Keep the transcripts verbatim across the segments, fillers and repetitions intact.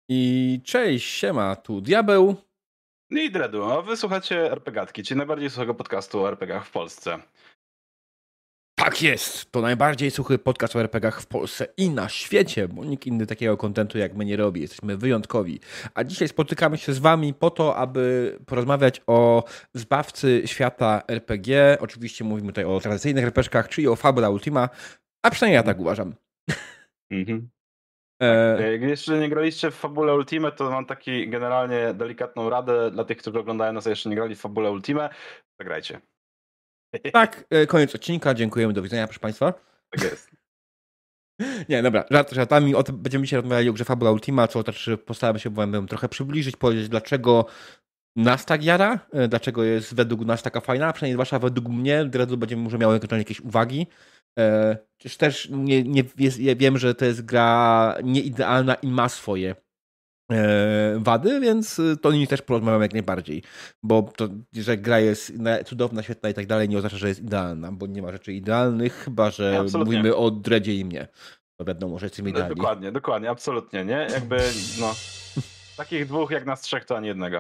I cześć, siema, tu Diabeł. I Dredu, a wy słuchacie RPGatki, czyli najbardziej suchego podcastu o er pe gach w Polsce. Tak jest, to najbardziej suchy podcast o er pe gach w Polsce i na świecie, bo nikt inny takiego kontentu jak my nie robi. Jesteśmy wyjątkowi. A dzisiaj spotykamy się z wami po to, aby porozmawiać o zbawcy świata er pe gie. Oczywiście mówimy tutaj o tradycyjnych er pe gach, czyli o Fabula Ultima, a przynajmniej ja tak uważam. Mhm. Tak. Jak jeszcze nie graliście w Fabule Ultimę, to mam taki generalnie delikatną radę dla tych, którzy oglądają nas, a jeszcze nie grali w Fabule Ultimę. Zagrajcie. Tak, koniec odcinka. Dziękujemy, do widzenia, proszę państwa. Tak jest. Nie, dobra, żart żartami. O tym będziemy dzisiaj rozmawiali o grze Fabula Ultima, co też postaram się bym trochę przybliżyć, powiedzieć, dlaczego nas tak jara, dlaczego jest według nas taka fajna, przynajmniej zwłaszcza według mnie, Dredu będziemy może miały jakieś uwagi. E, też nie, nie jest, ja wiem, że to jest gra nieidealna i ma swoje e, wady, więc to nimi też porozmawiam jak najbardziej. Bo to, że gra jest cudowna, świetna i tak dalej, nie oznacza, że jest idealna, bo nie ma rzeczy idealnych, chyba że nie, mówimy o Dredzie i mnie. To wiadomo, że jesteśmy idealni. Dokładnie, dokładnie, absolutnie, nie? Jakby, no, takich dwóch jak nas trzech to ani jednego.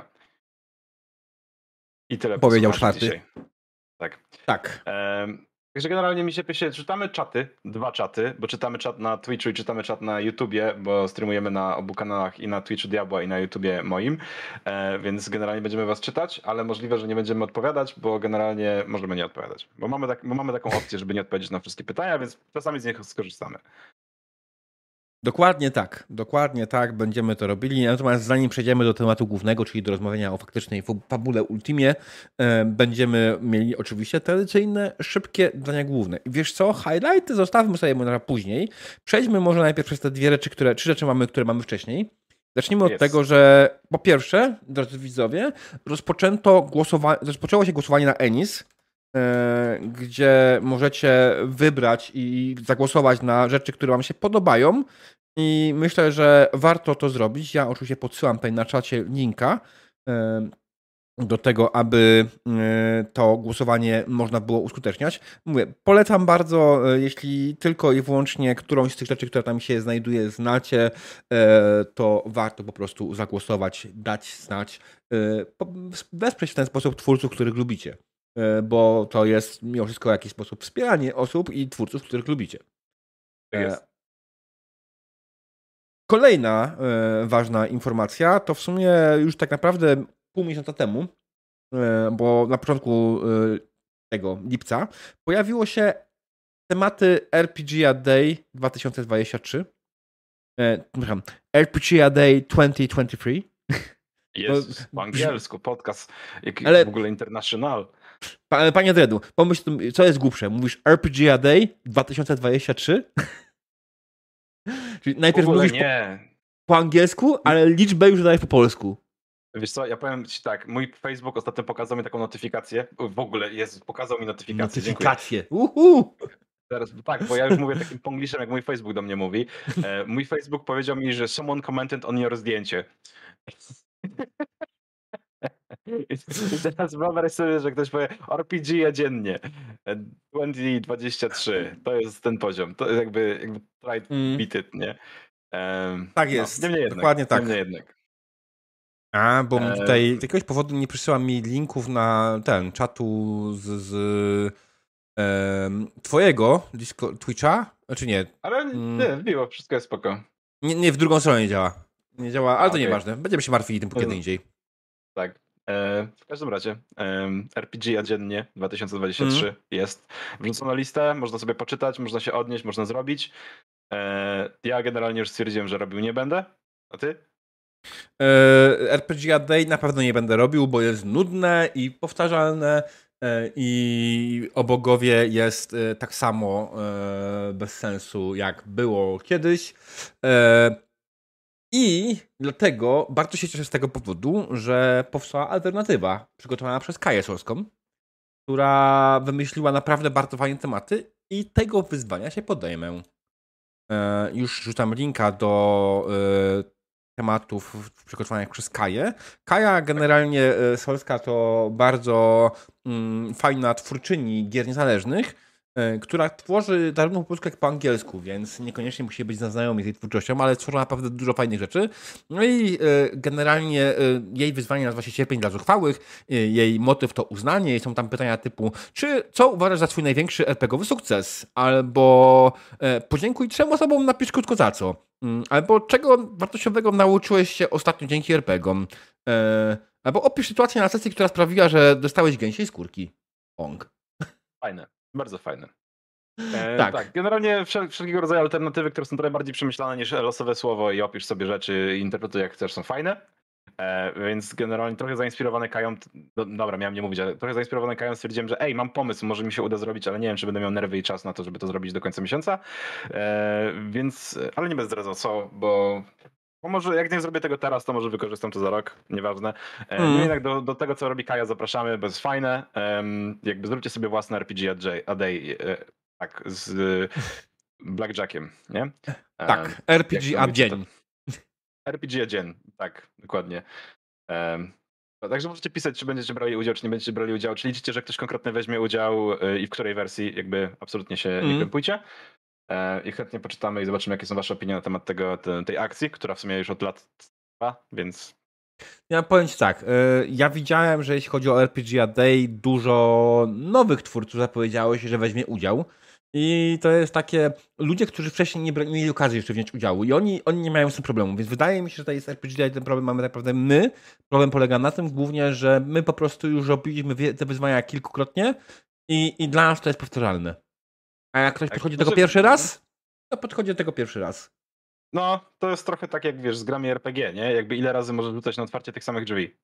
I tyle. Powiedział czwarty. Dzisiaj. Tak. Tak. Um, Także generalnie mi się pisze, czytamy czaty, dwa czaty, bo czytamy czat na Twitchu i czytamy czat na YouTubie, bo streamujemy na obu kanałach i na Twitchu Diabła i na YouTubie moim, e, więc generalnie będziemy was czytać, ale możliwe, że nie będziemy odpowiadać, bo generalnie możemy nie odpowiadać, bo mamy, tak, bo mamy taką opcję, żeby nie odpowiedzieć na wszystkie pytania, więc czasami z nich skorzystamy. Dokładnie tak, dokładnie tak, będziemy to robili. Natomiast zanim przejdziemy do tematu głównego, czyli do rozmawiania o faktycznej fabule Ultimie, e, będziemy mieli oczywiście tradycyjne, szybkie dania główne. I wiesz co, highlighty zostawmy sobie na później. Przejdźmy może najpierw przez te dwie rzeczy, które, trzy rzeczy mamy, które mamy wcześniej. Zacznijmy od yes. tego, że po pierwsze, drodzy widzowie, rozpoczęto głosowanie, rozpoczęło się głosowanie na Enis, e, gdzie możecie wybrać i zagłosować na rzeczy, które wam się podobają. I myślę, że warto to zrobić. Ja oczywiście podsyłam tutaj na czacie linka do tego, aby to głosowanie można było uskuteczniać. Mówię, polecam bardzo, jeśli tylko i wyłącznie którąś z tych rzeczy, która tam się znajduje, znacie, to warto po prostu zagłosować, dać znać, wesprzeć w ten sposób twórców, których lubicie. Bo to jest mimo wszystko w jakiś sposób wspieranie osób i twórców, których lubicie. Jest. Kolejna e, ważna informacja to w sumie już tak naprawdę pół miesiąca temu, e, bo na początku e, tego lipca pojawiło się tematy er pe gie a Day dwa tysiące dwudziesty trzeci. E, przepraszam, er pe gie a Day dwa tysiące dwudziesty trzeci. Jest po angielsku, podcast jaki ale, w ogóle international. Pa, panie Dredu, pomyśl, co jest głupsze? Mówisz er pe gie a Day dwa tysiące dwudziesty trzeci? Czyli najpierw mówisz nie. Po, po angielsku, ale liczbę już dajesz po polsku. Wiesz co, ja powiem ci tak, mój Facebook ostatnio pokazał mi taką notyfikację, w ogóle jest, pokazał mi notyfikację. Notyfikację. Uhu. Teraz, tak, bo ja już mówię takim pongliszem, jak mój Facebook do mnie mówi. E, mój Facebook powiedział mi, że someone commented on your zdjęcie. I teraz wyobraź sobie, że ktoś powie er pe gie dziennie dwa tysiące dwudziesty trzeci. To jest ten poziom. To jest jakby, jakby try mm. beat it, nie? Um, tak jest. No, jednak, dokładnie tak. Jednak. A, bo um, tutaj z jakiegoś powodu nie przysyła mi linków na ten czatu z, z um, twojego Discord, Twitcha, czy nie? Ale nie, miło, wszystko jest spoko. Nie, nie, w drugą stronę nie działa. Nie działa, ale A, to okay. nieważne. Będziemy się martwili tym kiedy indziej. Tak. E, w każdym razie e, er pe gie dziennie dwa tysiące dwudziesty trzeci mm. jest wrzucona listę, można sobie poczytać, można się odnieść, można zrobić. E, ja generalnie już stwierdziłem, że robił nie będę. A ty? E, er pe gie a Day na pewno nie będę robił, bo jest nudne i powtarzalne e, i o bogowie jest e, tak samo e, bez sensu jak było kiedyś. E, I dlatego bardzo się cieszę z tego powodu, że powstała alternatywa przygotowana przez Kaję Sorską, która wymyśliła naprawdę bardzo fajne tematy i tego wyzwania się podejmę. E, już rzucam linka do e, tematów przygotowanych przez Kaję. Kaja generalnie e, Sorska to bardzo mm, fajna twórczyni gier niezależnych e, która tworzy zarówno po polsku, jak i po angielsku, więc niekoniecznie musi być zaznajomi z jej twórczością, ale tworzy naprawdę dużo fajnych rzeczy. No i e, generalnie e, jej wyzwanie nazywa się Cierpień dla zuchwałych, e, jej motyw to uznanie i są tam pytania typu, czy co uważasz za swój największy er pe gie owy sukces? Albo e, podziękuj trzem osobom, napisz krótko za co. Mm, albo czego wartościowego nauczyłeś się ostatnio dzięki er pe gie om? E, albo opisz sytuację na sesji, która sprawiła, że dostałeś gęsiej skórki. Ong. Fajne, bardzo fajne. E, Tak. tak, generalnie wszel- wszelkiego rodzaju alternatywy, które są trochę bardziej przemyślane niż losowe słowo i opisz sobie rzeczy i interpretuj jak chcesz, są fajne. E, więc generalnie trochę zainspirowany Kają, do, dobra, miałem nie mówić, ale trochę zainspirowany Kają stwierdziłem, że ej, mam pomysł, może mi się uda zrobić, ale nie wiem, czy będę miał nerwy i czas na to, żeby to zrobić do końca miesiąca. E, więc, ale nie będę zdradzał co, bo, bo może jak nie zrobię tego teraz, to może wykorzystam to za rok, nieważne. E, Mm. No jednak do, do tego, co robi Kaja, zapraszamy, bo jest fajne. E, jakby zróbcie sobie własne er pe gie a day, a day e, tak, z Blackjackiem, nie? E, Tak, er pe gie jak a to mówicie, dzień. er pe gie a dzień, tak, dokładnie. Um, także możecie pisać, czy będziecie brali udział, czy nie będziecie brali udziału, czy liczycie, że ktoś konkretny weźmie udział y, i w której wersji, jakby absolutnie się Mm. nie krępujcie. E, I chętnie poczytamy i zobaczymy, jakie są wasze opinie na temat tego, te, tej akcji, która w sumie już od lat trwa, więc... Ja powiem ci tak, y, ja widziałem, że jeśli chodzi o er pe gie a day, dużo nowych twórców zapowiedziało się, że weźmie udział. I to jest takie, ludzie, którzy wcześniej nie, bra- nie mieli okazji jeszcze wziąć udziału i oni, oni nie mają z tym problemu, więc wydaje mi się, że to jest er pe gie day, ten problem mamy tak naprawdę my. Problem polega na tym głównie, że my po prostu już robiliśmy wie- te wyzwania kilkukrotnie i, i dla nas to jest powtarzalne. A jak ktoś Tak, podchodzi do tego znaczy- pierwszy raz, to podchodzi do tego pierwszy raz. No, to jest trochę tak jak, wiesz, z grami er pe gie, nie? Jakby ile razy możesz rzucać na otwarcie tych samych drzwi.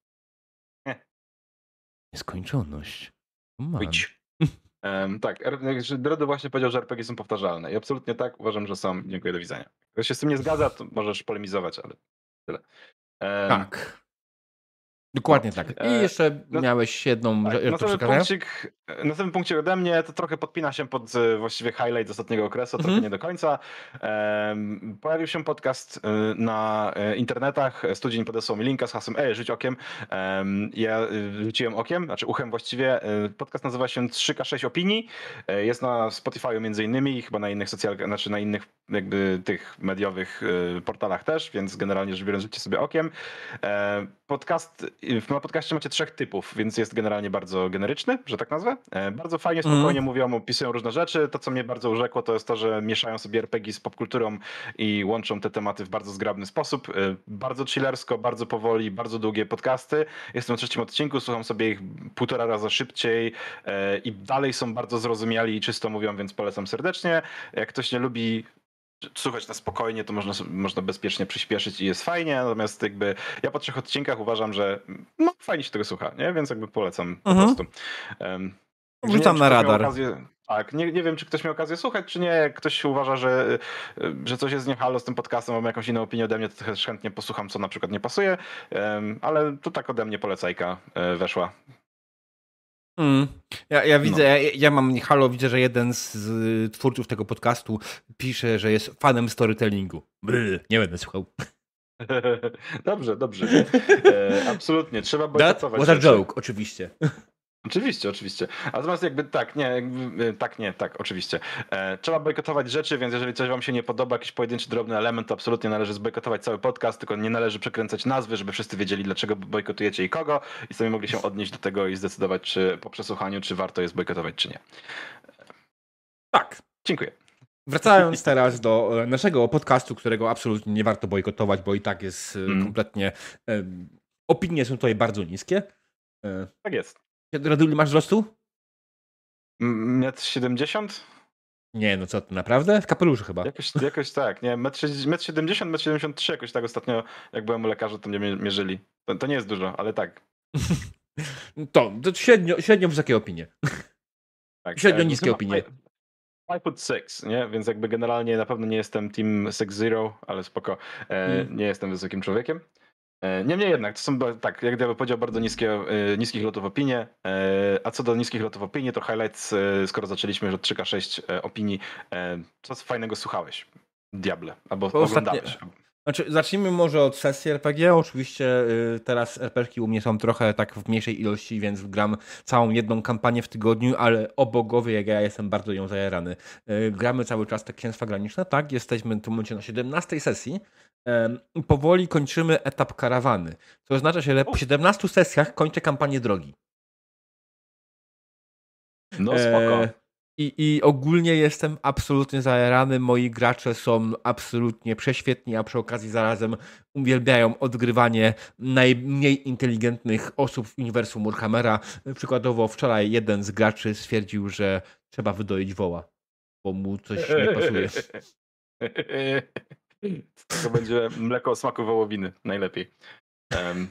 Nieskończoność. Man. Idź. Um, tak, er- Dredu właśnie powiedział, że er pe gie są powtarzalne i absolutnie tak, uważam, że są. Dziękuję, do widzenia. Jak ktoś się z tym nie zgadza, to możesz polemizować, ale tyle. Um, Tak. Dokładnie tak. I E, jeszcze no- miałeś jedną Tak, rzecz do następny przekazania? punkcik, następny punkcik ode mnie to trochę podpina się pod e, właściwie highlight z ostatniego okresu, Mhm. trochę nie do końca. Em, pojawił się podcast e, na e, internetach. Studzień podesłał mi linka z hasłem ej, rzuć okiem. Em, ja e, rzuciłem okiem, znaczy uchem właściwie. E, Podcast nazywa się trzy ka sześć opinii. E, Jest na Spotify'u między innymi i chyba na innych socjalkach, znaczy na innych jakby tych mediowych e, portalach też, więc generalnie rzecz biorąc rzućcie sobie okiem. E, Podcast, na podcaście macie trzech typów, więc jest generalnie bardzo generyczny, że tak nazwę. E, Bardzo fajnie, spokojnie Mhm. mówią, opisują różne rzeczy. To, co mnie bardzo urzekło, to jest to, że mieszają sobie er pe gie z popkulturą i łączą te tematy w bardzo zgrabny sposób. E, Bardzo chillersko, bardzo powoli, bardzo długie podcasty. Jestem w trzecim odcinku, słucham sobie ich półtora raza szybciej e, i dalej są bardzo zrozumiali i czysto mówią, więc polecam serdecznie. Jak ktoś nie lubi słuchać na spokojnie, to można, można bezpiecznie przyspieszyć i jest fajnie, natomiast jakby ja po trzech odcinkach uważam, że no, fajnie się tego słucha, nie? Więc jakby polecam po Mhm. prostu. Um, Wrzucam na radar. Okazję, tak, nie, nie wiem, czy ktoś miał okazję słuchać, czy nie. Jak ktoś uważa, że, że coś jest nie halo z tym podcastem, mam jakąś inną opinię ode mnie, to też chętnie posłucham, co na przykład nie pasuje, um, ale to tak ode mnie polecajka e, weszła. Mm. Ja, ja widzę, No. ja, ja mam halo, widzę, że jeden z, z twórców tego podcastu pisze, że jest fanem storytellingu. Bry, nie będę słuchał. Dobrze, dobrze. E, absolutnie, trzeba That bojkotować was a rzeczy. joke, oczywiście. Oczywiście, oczywiście. Natomiast jakby tak, nie, jakby, tak, nie, tak, oczywiście. E, trzeba bojkotować rzeczy, więc jeżeli coś wam się nie podoba, jakiś pojedynczy drobny element, to absolutnie należy zbojkotować cały podcast, tylko nie należy przekręcać nazwy, żeby wszyscy wiedzieli, dlaczego bojkotujecie i kogo i sobie mogli się odnieść do tego i zdecydować, czy po przesłuchaniu, czy warto jest bojkotować, czy nie. Tak. Dziękuję. Wracając teraz do e, naszego podcastu, którego absolutnie nie warto bojkotować, bo i tak jest e, Mm. kompletnie... E, opinie są tutaj bardzo niskie. E, Tak jest. Raduli, masz wzrostu? M- Metr siedemdziesiąt? Nie, no co ty, naprawdę? W kapeluszu chyba. Jakoś, jakoś tak, nie, metr siedemdziesiąt, metr siedemdziesiąt trzy, jakoś tak ostatnio, jak byłem u lekarza, to mnie mie- mierzyli. To, to nie jest dużo, ale tak. To, to średnio, średnio wysokie opinie. tak. Średnio E, niskie chyba opinie. five- five foot six, nie? Więc jakby generalnie na pewno nie jestem team six zero, ale spoko. E, Mm. Nie jestem wysokim człowiekiem. E, Niemniej jednak, to są, ba- tak, jak Diabeł powiedział, bardzo niskie, e, niskich lotów opinie. E, A co do niskich lotów opinii, to highlights, e, skoro zaczęliśmy już od trzy ka sześć e, opinii, e, co fajnego słuchałeś? Diable, albo Bo ostatnio- oglądałeś. Znaczy, zacznijmy może od sesji er pe gie. Oczywiście y, teraz er pe gie u mnie są trochę tak w mniejszej ilości, więc gram całą jedną kampanię w tygodniu, ale o bogowie, jak ja jestem bardzo ją zajarany. Y, gramy cały czas te Księstwa Graniczne, tak? Jesteśmy w tym momencie na siedemnastej sesji. Y, powoli kończymy etap karawany. To oznacza, że po siedemnastu sesjach kończę kampanię drogi. No spoko. E, I, I ogólnie jestem absolutnie zajarany. Moi gracze są absolutnie prześwietni, a przy okazji zarazem uwielbiają odgrywanie najmniej inteligentnych osób w uniwersum Warhammera. Przykładowo wczoraj jeden z graczy stwierdził, że trzeba wydoić woła, bo mu coś nie pasuje. To będzie mleko o smaku wołowiny. Najlepiej. Um.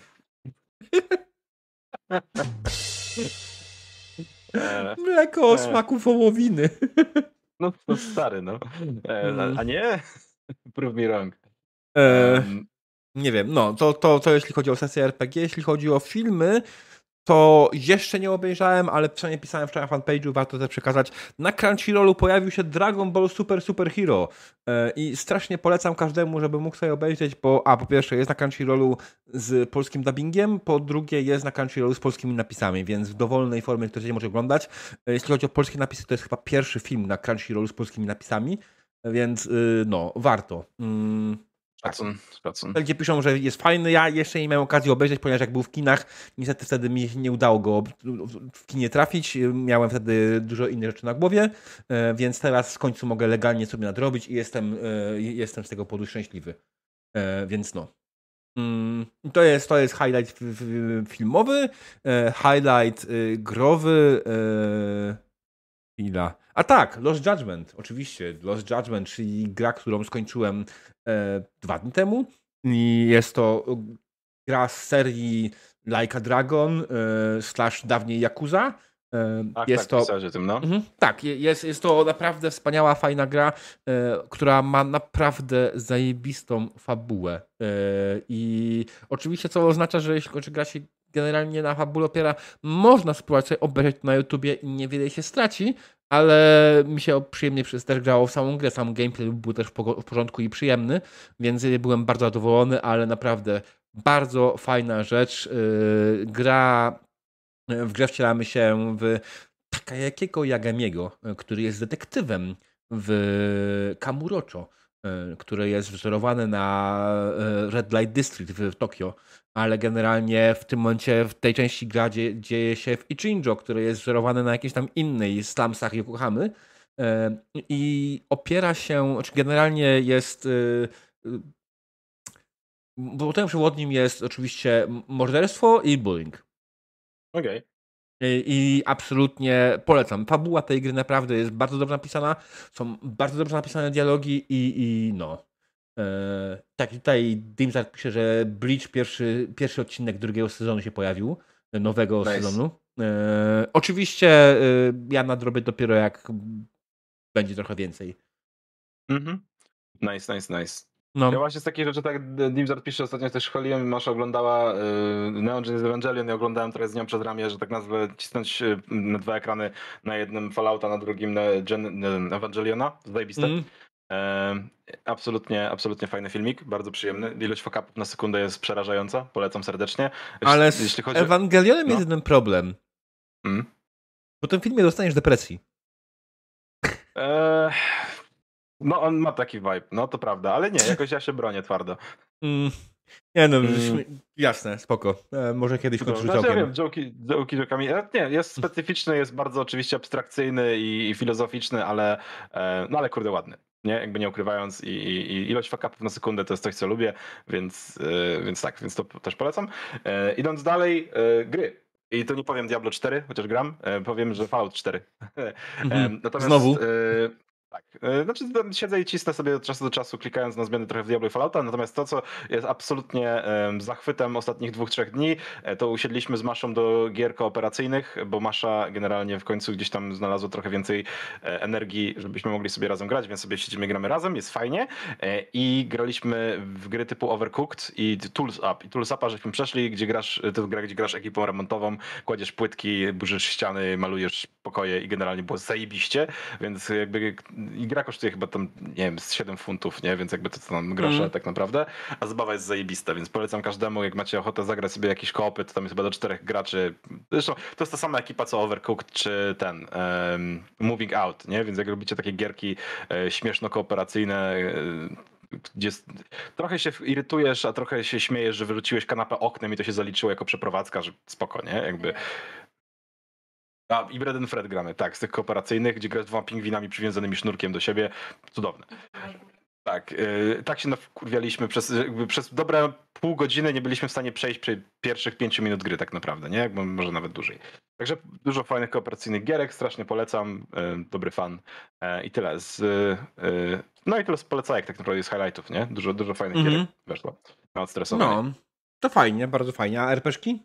Mleko o smaku wołowiny. No to stary, no. E, a nie? Prove me wrong. Um. Nie wiem, no to, to, to jeśli chodzi o sesję er pe gie. Jeśli chodzi o filmy, to jeszcze nie obejrzałem, ale przynajmniej pisałem wczoraj na fanpage'u, warto też przekazać. Na Crunchyrollu pojawił się Dragon Ball Super Super Hero i strasznie polecam każdemu, żeby mógł sobie obejrzeć, bo a po pierwsze jest na Crunchyrollu z polskim dubbingiem, po drugie jest na Crunchyrollu z polskimi napisami, więc w dowolnej formie ktoś nie może oglądać. Jeśli chodzi o polskie napisy, to jest chyba pierwszy film na Crunchyrollu z polskimi napisami, więc no, warto. Mm. Szacun, szacun. Ludzie piszą, że jest fajny. Ja jeszcze nie miałem okazji obejrzeć, ponieważ jak był w kinach, niestety wtedy mi nie udało go w kinie trafić. Miałem wtedy dużo innych rzeczy na głowie, więc teraz w końcu mogę legalnie sobie nadrobić i jestem, jestem z tego powodu szczęśliwy. Więc no. To jest, to jest highlight filmowy, highlight growy. Chwila. A tak, Lost Judgment, oczywiście. Lost Judgment, czyli gra, którą skończyłem e, dwa dni temu. I jest to gra z serii Like a Dragon e, slash dawniej Yakuza. E, tak, jest tak, to, tym, no. mhm, tak, jest, jest to naprawdę wspaniała, fajna gra, e, która ma naprawdę zajebistą fabułę. E, I oczywiście co oznacza, że jeśli gra się generalnie na fabule opiera, można spróbować sobie obejrzeć na YouTubie i niewiele się straci, ale mi się przyjemnie też grało w samą grę, sam gameplay był też w porządku i przyjemny, więc byłem bardzo zadowolony, ale naprawdę bardzo fajna rzecz. Gra, w grze wcielamy się w Takayakiego Yagamiego, który jest detektywem w Kamurocho, które jest wzorowane na Red Light District w Tokio, ale generalnie w tym momencie, w tej części gra dzieje, dzieje się w Ichinjo, które jest wzorowane na jakiejś tam innej slumsach Yokohamy i opiera się, czy generalnie jest powodem przewodnim jest oczywiście morderstwo i bullying. Okej. Okay. I absolutnie polecam. Fabuła tej gry naprawdę jest bardzo dobrze napisana. Są bardzo dobrze napisane dialogi i, i no. E, tak, tutaj Dimsdar pisze, że Bleach pierwszy, pierwszy odcinek drugiego sezonu się pojawił. Nowego nice. sezonu. E, oczywiście e, ja nadrobię dopiero jak będzie trochę więcej. Mhm. Nice, nice, nice. No. Ja właśnie z takich rzeczy, tak Dimsdar pisze, ostatnio też chwaliłem, Masza oglądała y, Neon Genesis Evangelion, ja oglądałem trochę z nią przez ramię, że tak nazwę, cisnąć y, na dwa ekrany, na jednym Fallouta, na drugim na Gen, y, Evangeliona, zajebiste. Mm. Y, absolutnie, absolutnie fajny filmik, bardzo przyjemny. Ilość fuck-upów na sekundę jest przerażająca, polecam serdecznie. Ale jeśli, jeśli chodzi... Ewangelionem no. jest jeden problem. Mm. Po tym filmie dostaniesz depresji. Eee... No on ma taki vibe, no to prawda, ale nie, jakoś ja się bronię twardo. Mm, nie no, mm. jasne, spoko. E, może kiedyś kończysz no, ja wiem, joki, joki jokami. Nie, jest specyficzny, jest bardzo oczywiście abstrakcyjny i, i filozoficzny, ale e, no ale kurde ładny. Nie, jakby nie ukrywając i, i, i ilość fuck-upów na sekundę to jest coś, co lubię, więc, e, więc tak, więc to też polecam. E, idąc dalej, e, gry. I to nie powiem Diablo cztery, chociaż gram, e, powiem, że Fallout cztery. Mhm. Natomiast, Znowu? E, Tak, znaczy siedzę i cisnę sobie od czasu do czasu, klikając na zmiany trochę w Diablo i Fallouta, natomiast to, co jest absolutnie um, zachwytem ostatnich dwóch, trzech dni, to usiedliśmy z Maszą do gier kooperacyjnych, bo Masza generalnie w końcu gdzieś tam znalazła trochę więcej e, energii, żebyśmy mogli sobie razem grać, więc sobie siedzimy, gramy razem, jest fajnie e, i graliśmy w gry typu Overcooked i Tools Up. I Tools Upa żeśmy przeszli, gdzie grasz, to gra, gdzie grasz ekipą remontową, kładziesz płytki, burzysz ściany, malujesz pokoje i generalnie było zajebiście, więc jakby i gra kosztuje chyba tam, nie wiem, z siedem funtów, nie? Więc jakby to co tam grosze Mm. tak naprawdę, a zabawa jest zajebista, więc polecam każdemu, jak macie ochotę zagrać sobie jakieś koopy, to tam jest chyba do czterech graczy. Zresztą to jest ta sama ekipa co Overcooked czy ten um, Moving Out, nie? Więc jak lubicie takie gierki e, śmieszno-kooperacyjne, e, gdzie s- trochę się irytujesz, a trochę się śmiejesz, że wyrzuciłeś kanapę oknem i to się zaliczyło jako przeprowadzka, że spoko, nie? Jakby a, i Bread and Fred gramy, tak, z tych kooperacyjnych, gdzie grasz dwoma pingwinami przywiązanymi sznurkiem do siebie. Cudowne. Tak, yy, tak się nakurwialiśmy przez, jakby przez dobre pół godziny nie byliśmy w stanie przejść przy pierwszych pięciu minut gry tak naprawdę, nie? Jakby może nawet dłużej. Także dużo fajnych kooperacyjnych gierek, strasznie polecam, yy, dobry fan yy, i tyle. Z, yy, no i tyle z polecajek tak naprawdę z highlightów, nie? Dużo, dużo fajnych Mhm. gierek weszło na odstresowanie. No, to fajnie, bardzo fajnie. A er pe gie ki?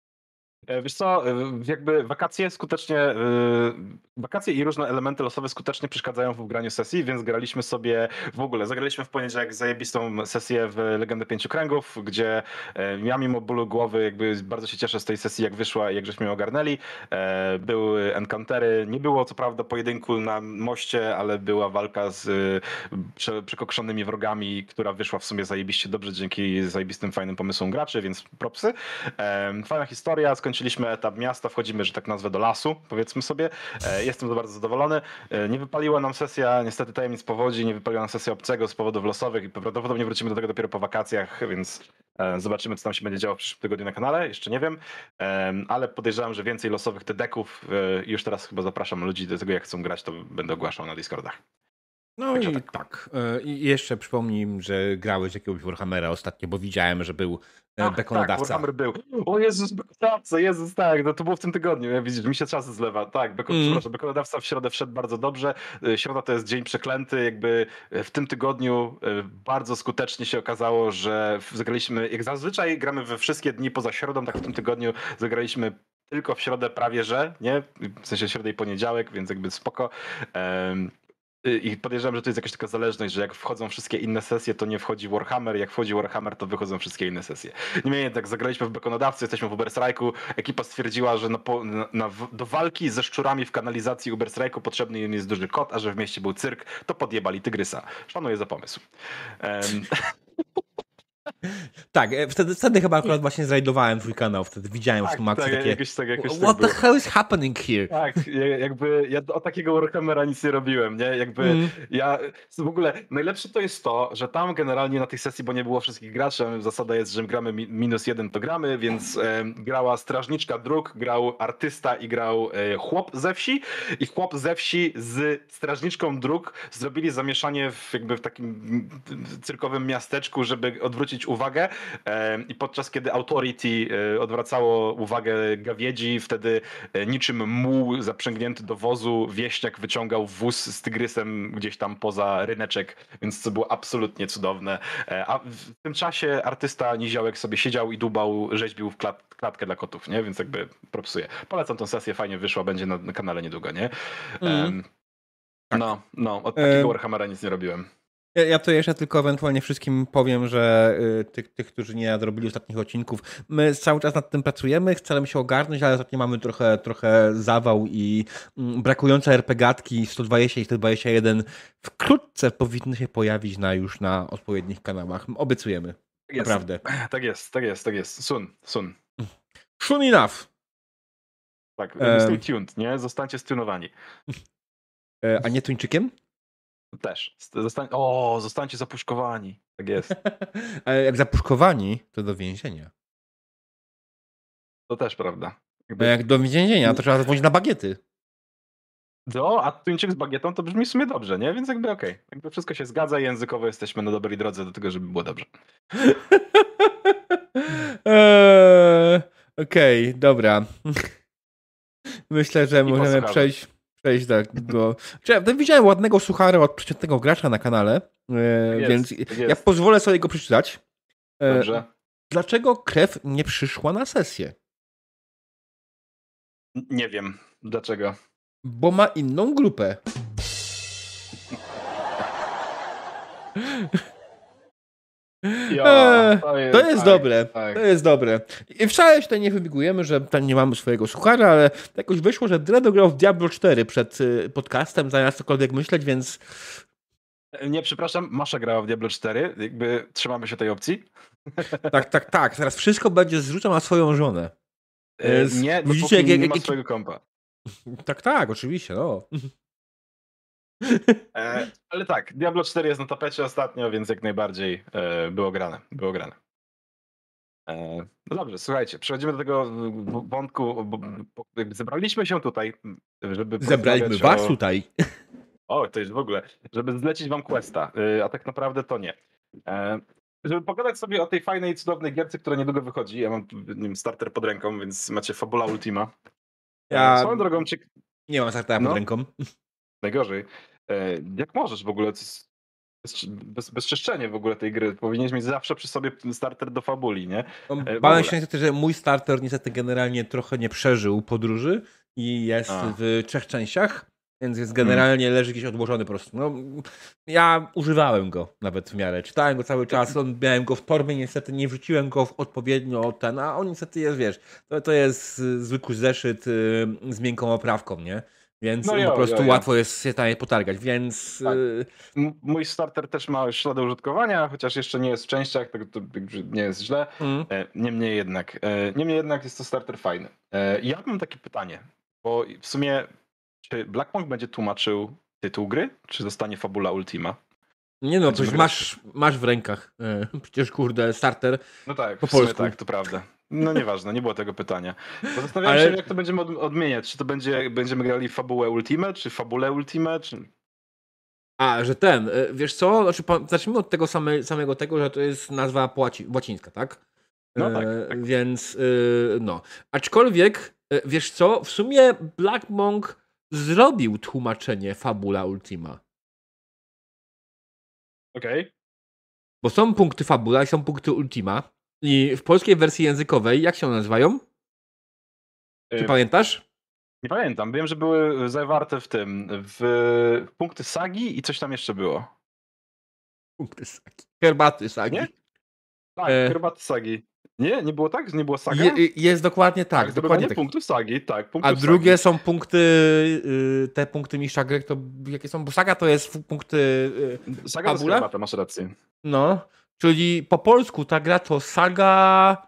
E, Wiesz co, e, jakby wakacje skutecznie, e, wakacje i różne elementy losowe skutecznie przeszkadzają w graniu sesji, więc graliśmy sobie w ogóle, zagraliśmy w poniedziałek zajebistą sesję w Legendę Pięciu Kręgów, gdzie e, ja mimo bólu głowy jakby bardzo się cieszę z tej sesji, jak wyszła i jak żeśmy ją ogarnęli. E, Były encountery, nie było co prawda pojedynku na moście, ale była walka z e, prze, przekokszonymi wrogami, która wyszła w sumie zajebiście dobrze dzięki zajebistym, fajnym pomysłom graczy, więc propsy. E, Fajna historia, skończyliśmy etap miasta, wchodzimy, że tak nazwę, do lasu, powiedzmy sobie. E, Jestem za bardzo zadowolony. E, Nie wypaliła nam sesja, niestety tajemnic powodzi, nie wypaliła nam sesja obcego z powodów losowych i prawdopodobnie wrócimy do tego dopiero po wakacjach, więc e, zobaczymy, co tam się będzie działo w przyszłym tygodniu na kanale, jeszcze nie wiem, E, ale podejrzewam, że więcej losowych te deków. E, Już teraz chyba zapraszam ludzi do tego, jak chcą grać, to będę ogłaszał na Discordach. No Także i tak. tak. E, I jeszcze przypomnij im, że grałeś jakiegoś Warhammera ostatnio, bo widziałem, że był e, Ach, tak, bekonodawca. Warhammer był. O Jezus, bekonodawca, Jezus, tak, no to było w tym tygodniu, ja widzisz, mi się czas zlewa. Tak, beko, Mm. przepraszam, bekonodawca w środę wszedł bardzo dobrze. Y, Środa to jest dzień przeklęty, jakby w tym tygodniu y, bardzo skutecznie się okazało, że w- zagraliśmy, jak zazwyczaj gramy we wszystkie dni poza środą, tak w tym tygodniu zagraliśmy tylko w środę prawie, że, nie? W sensie środę i poniedziałek, więc jakby spoko. Em, y, I podejrzewam, że to jest jakaś taka zależność, że jak wchodzą wszystkie inne sesje, to nie wchodzi Warhammer, jak wchodzi Warhammer, to wychodzą wszystkie inne sesje. Niemniej jednak zagraliśmy w Bekonodawcy, jesteśmy w Uberstrajku. Ekipa stwierdziła, że na, po- na, na, do walki ze szczurami w kanalizacji Uberstrajku potrzebny im jest duży kot, a że w mieście był cyrk, to podjebali tygrysa. Szanuję za pomysł. Em, Tak, e, wtedy, wtedy chyba akurat właśnie zrajdowałem twój kanał, wtedy widziałem w tak, tym akcji tak, takie jakoś tak, jakoś tak what the było. hell is happening here? Tak, ja- jakby ja o takiego Warhammera nic nie robiłem, nie? Jakby Mm. ja w ogóle najlepsze to jest to, że tam generalnie na tej sesji, bo nie było wszystkich graczy, a zasada jest, że gramy mi- minus jeden to gramy, więc e, grała strażniczka dróg, grał artysta i grał e, chłop ze wsi i chłop ze wsi z strażniczką dróg zrobili zamieszanie w, jakby w takim mm, cyrkowym miasteczku, żeby odwrócić uwagę e, i podczas kiedy Authority e, odwracało uwagę gawiedzi, wtedy e, niczym muł zaprzęgnięty do wozu wieśniak wyciągał wóz z tygrysem gdzieś tam poza ryneczek, więc to było absolutnie cudowne. E, A w tym czasie artysta Niziołek sobie siedział i dubał, rzeźbił w klat, klatkę dla kotów, nie? Więc jakby propsuję. Polecam tą sesję, fajnie wyszła, będzie na, na kanale niedługo, nie? Mm. Em, No, no, od takiego Em. Warhammera nic nie robiłem. Ja, ja to jeszcze tylko ewentualnie wszystkim powiem, że y, tych, tych, którzy nie nadrobili ostatnich odcinków, my cały czas nad tym pracujemy, chcemy się ogarnąć, ale ostatnio mamy trochę, trochę zawał i mm, brakujące er pe gatki sto dwadzieścia i sto dwadzieścia jeden wkrótce powinny się pojawić na już na odpowiednich kanałach. Obiecujemy. Tak jest. Naprawdę. Tak jest, tak jest, tak jest. Sun, sun. Soon enough. Tak, Em. stay tuned, nie? Zostańcie stunowani. E, a nie tuńczykiem? Też. Zostań... O, zostańcie zapuszkowani. Tak jest. Ale jak zapuszkowani, to do więzienia. To też prawda. No jak do więzienia, to trzeba zadzwonić na bagiety. No, a tuńczyk z bagietą to brzmi w sumie dobrze, nie? Więc jakby okej. Okay. Jakby wszystko się zgadza i językowo jesteśmy na dobrej drodze do tego, żeby było dobrze. eee, Okej, okay, dobra. Myślę, że I możemy posłuchamy. przejść, przejść do... do... Czy, widziałem ładnego suchara od przeciętnego gracza na kanale, e, Jest, więc jest. ja pozwolę sobie go przeczytać. E, Dobrze. Dlaczego krew nie przyszła na sesję? N- Nie wiem. Dlaczego? Bo ma inną grupę. Ja, to jest, to jest tak, dobre. Tak. To jest dobre. I wcale się tutaj nie wybigujemy, że tam nie mamy swojego suchara, ale jakoś wyszło, że Dredo grał w Diablo cztery przed podcastem, zamiast cokolwiek myśleć, więc... Nie, przepraszam, Masza grała w Diablo cztery, jakby trzymamy się tej opcji. Tak, tak, tak. Teraz wszystko będzie zrzucał na swoją żonę. Z... Nie, widzicie, jak, nie jak, ma jak... swojego kompa. Tak, tak, oczywiście, no. E, ale tak, Diablo cztery jest na tapecie ostatnio, więc jak najbardziej e, było grane. Było grane. E, no dobrze, słuchajcie, przechodzimy do tego wątku, bo, bo jakby zebraliśmy się tutaj, żeby Zebraliśmy was o... tutaj. O, to jest w ogóle, żeby zlecić wam questa, a tak naprawdę to nie. E, żeby pogadać sobie o tej fajnej, cudownej gierce, która niedługo wychodzi. Ja mam nie wiem, starter pod ręką, więc macie Fabula Ultima. Ja swoją drogą... Ciek... Nie mam startera no, pod ręką. Najgorzej. E, jak możesz w ogóle? Bez, bez, bezczeszczenie w ogóle tej gry. Powinieneś mieć zawsze przy sobie starter do Fabuli, nie? E, Bałem się niestety, że mój starter niestety generalnie trochę nie przeżył podróży i jest a. w trzech częściach. Więc jest generalnie leży gdzieś odłożony po prostu. No, ja używałem go nawet w miarę. Czytałem go cały czas, on, miałem go w torbie, niestety nie wrzuciłem go w odpowiednio ten, a on niestety jest, wiesz, to, to jest zwykły zeszyt y, z miękką oprawką, nie? Więc no jo, po prostu jo, jo. łatwo jest się tam potargać, więc... Tak. M- mój starter też ma ślady użytkowania, chociaż jeszcze nie jest w częściach, to, to, to nie jest źle. Mm. E, niemniej jednak, e, niemniej jednak jest to starter fajny. E, ja mam takie pytanie, bo w sumie czy Blackmonk będzie tłumaczył tytuł gry, czy zostanie Fabula Ultima? Nie no, przecież masz, masz w rękach e, przecież kurde starter. No tak, po w sumie tak, to prawda. No nieważne, nie było tego pytania. Bo zastanawiam Ale... się, jak to będziemy od, odmieniać. Czy to będzie, będziemy grali w Fabułę Ultimę, czy Fabulę Ultimę, czy... A, że ten, wiesz co, znaczy, zacznijmy od tego same, samego tego, że to jest nazwa po łacińska, tak? No tak, tak. Więc no. Aczkolwiek, wiesz co, w sumie Blackmonk zrobił tłumaczenie Fabula Ultima. Okej. Okay. Bo są punkty Fabula i są punkty Ultima. I w polskiej wersji językowej, jak się one nazywają? Czy y- pamiętasz? Nie pamiętam. Wiem, że były zawarte w tym, w punkty sagi i coś tam jeszcze było. Punkty sagi. Herbaty sagi. Nie? Tak, e... herbaty sagi. Nie? Nie było tak? Nie było saga? Je, jest dokładnie tak. tak dokładnie tak. Punkty sagi, tak. Punkty A drugie sagi. Są punkty, te punkty mistrza gry, to jakie są? Bo saga to jest punkty Saga to jest herbata, masz rację. No, czyli po polsku ta gra to saga...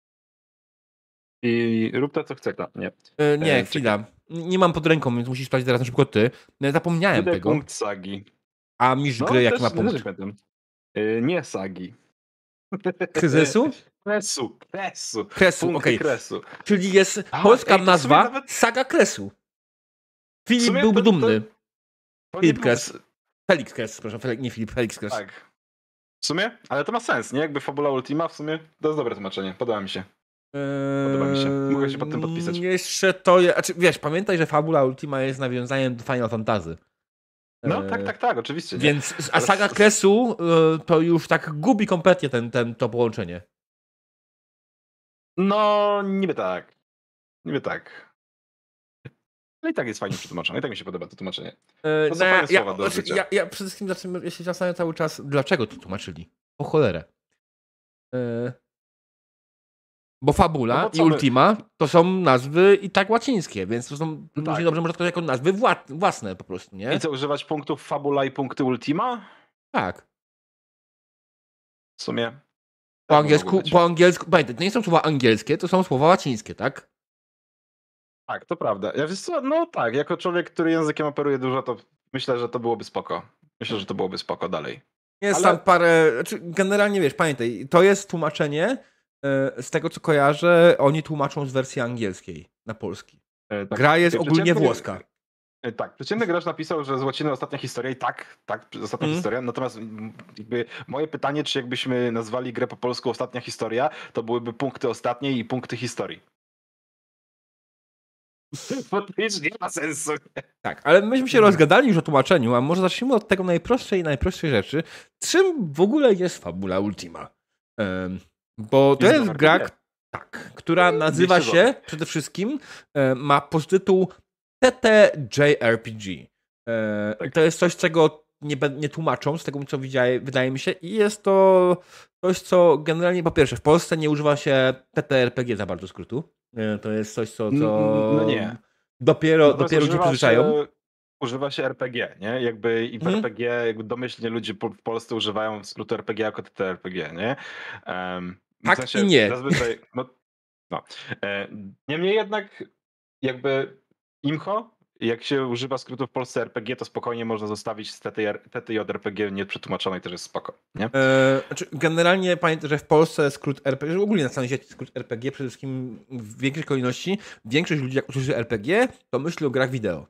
I rób to, co chce, to. Nie. E, nie, e, chwila. Czekaj. Nie mam pod ręką, więc musisz sprawdzić teraz na przykład ty. Zapomniałem Tutaj tego. Punkt sagi. A mistrz no, gry jaki też, ma punkt? Yy, nie sagi. Kryzysu? Kresu, kresu. Kresu, okej. Okay. Kresu. Czyli jest A, polska ej, nazwa nawet... Saga Kresu. Filip byłby to, dumny. To, to Filip Kres. Był... Felix Kres, przepraszam, Felix, nie Filip, Felix Kres. Tak. W sumie? Ale to ma sens, nie? Jakby Fabula Ultima w sumie to jest dobre tłumaczenie. Podoba mi się. Podoba mi się. Mogę się pod tym podpisać. Jeszcze to jest... Znaczy, wiesz, pamiętaj, że Fabula Ultima jest nawiązaniem do Final Fantasy. No tak, tak, tak, oczywiście. Nie? Więc a Saga Kresu to już tak gubi kompletnie ten, ten, to połączenie. No, niby tak. Niby tak. Ale i tak jest fajnie przetłumaczone. I tak mi się podoba to tłumaczenie. To są no, fajne ja, słowa do ja, ja, ja przede wszystkim zaczynam, ja się zastanawiam cały czas, dlaczego to tłumaczyli. O cholerę. Yy... Bo Fabula no i Ultima my... to są nazwy i tak łacińskie, więc to są no tak. dobrze można to jako nazwy wła własne po prostu, nie? I co, używać punktów Fabula i punkty Ultima? Tak. W sumie. Po tak angielsku, po angielsku, pamiętaj, to nie są słowa angielskie, to są słowa łacińskie, tak? Tak, to prawda. Ja wiesz co, no tak, jako człowiek, który językiem operuje dużo, to myślę, że to byłoby spoko. Myślę, że to byłoby spoko dalej. Jest Ale... tam parę, znaczy generalnie wiesz, pamiętaj, to jest tłumaczenie, z tego co kojarzę, oni tłumaczą z wersji angielskiej na polski. E, tak. Gra jest ogólnie włoska. E, tak, przeciętny gracz napisał, że z łaciny ostatnia historia i tak, tak, ostatnia mm. historia, natomiast jakby moje pytanie, czy jakbyśmy nazwali grę po polsku ostatnia historia, to byłyby punkty ostatniej i punkty historii. Bo to już nie ma sensu. Tak, ale myśmy się rozgadali już o tłumaczeniu, a może zacznijmy od tego najprostszej i najprostszej rzeczy. Czym w ogóle jest Fabula Ultima? Um, Bo to jest, jest gra, tak, która nazywa się przede wszystkim, e, ma podtytuł T T J R P G. E, tak. To jest coś, czego nie, nie tłumaczą, z tego co widziałem, wydaje mi się, i jest to coś, co generalnie po pierwsze w Polsce nie używa się T T R P G za bardzo skrótu. To jest coś, co, co No nie. dopiero, No dopiero ludzie przyzwyczają. Się, używa się R P G, nie? Jakby i w Mhm. R P G jakby domyślnie ludzie po, w Polsce używają skrótu R P G jako T T R P G, nie? Um, tak w sensie i nie. Zazwyczaj, no, no. E, niemniej jednak jakby IMCHO, jak się używa skrótu w Polsce R P G, to spokojnie można zostawić z T T J R P G nieprzetłumaczonej, też jest spoko, nie? E, znaczy generalnie pamiętam, że w Polsce skrót R P G, że ogólnie na całym świecie skrót R P G przede wszystkim w większej kolejności, większość ludzi jak usłyszy R P G, to myśli o grach wideo.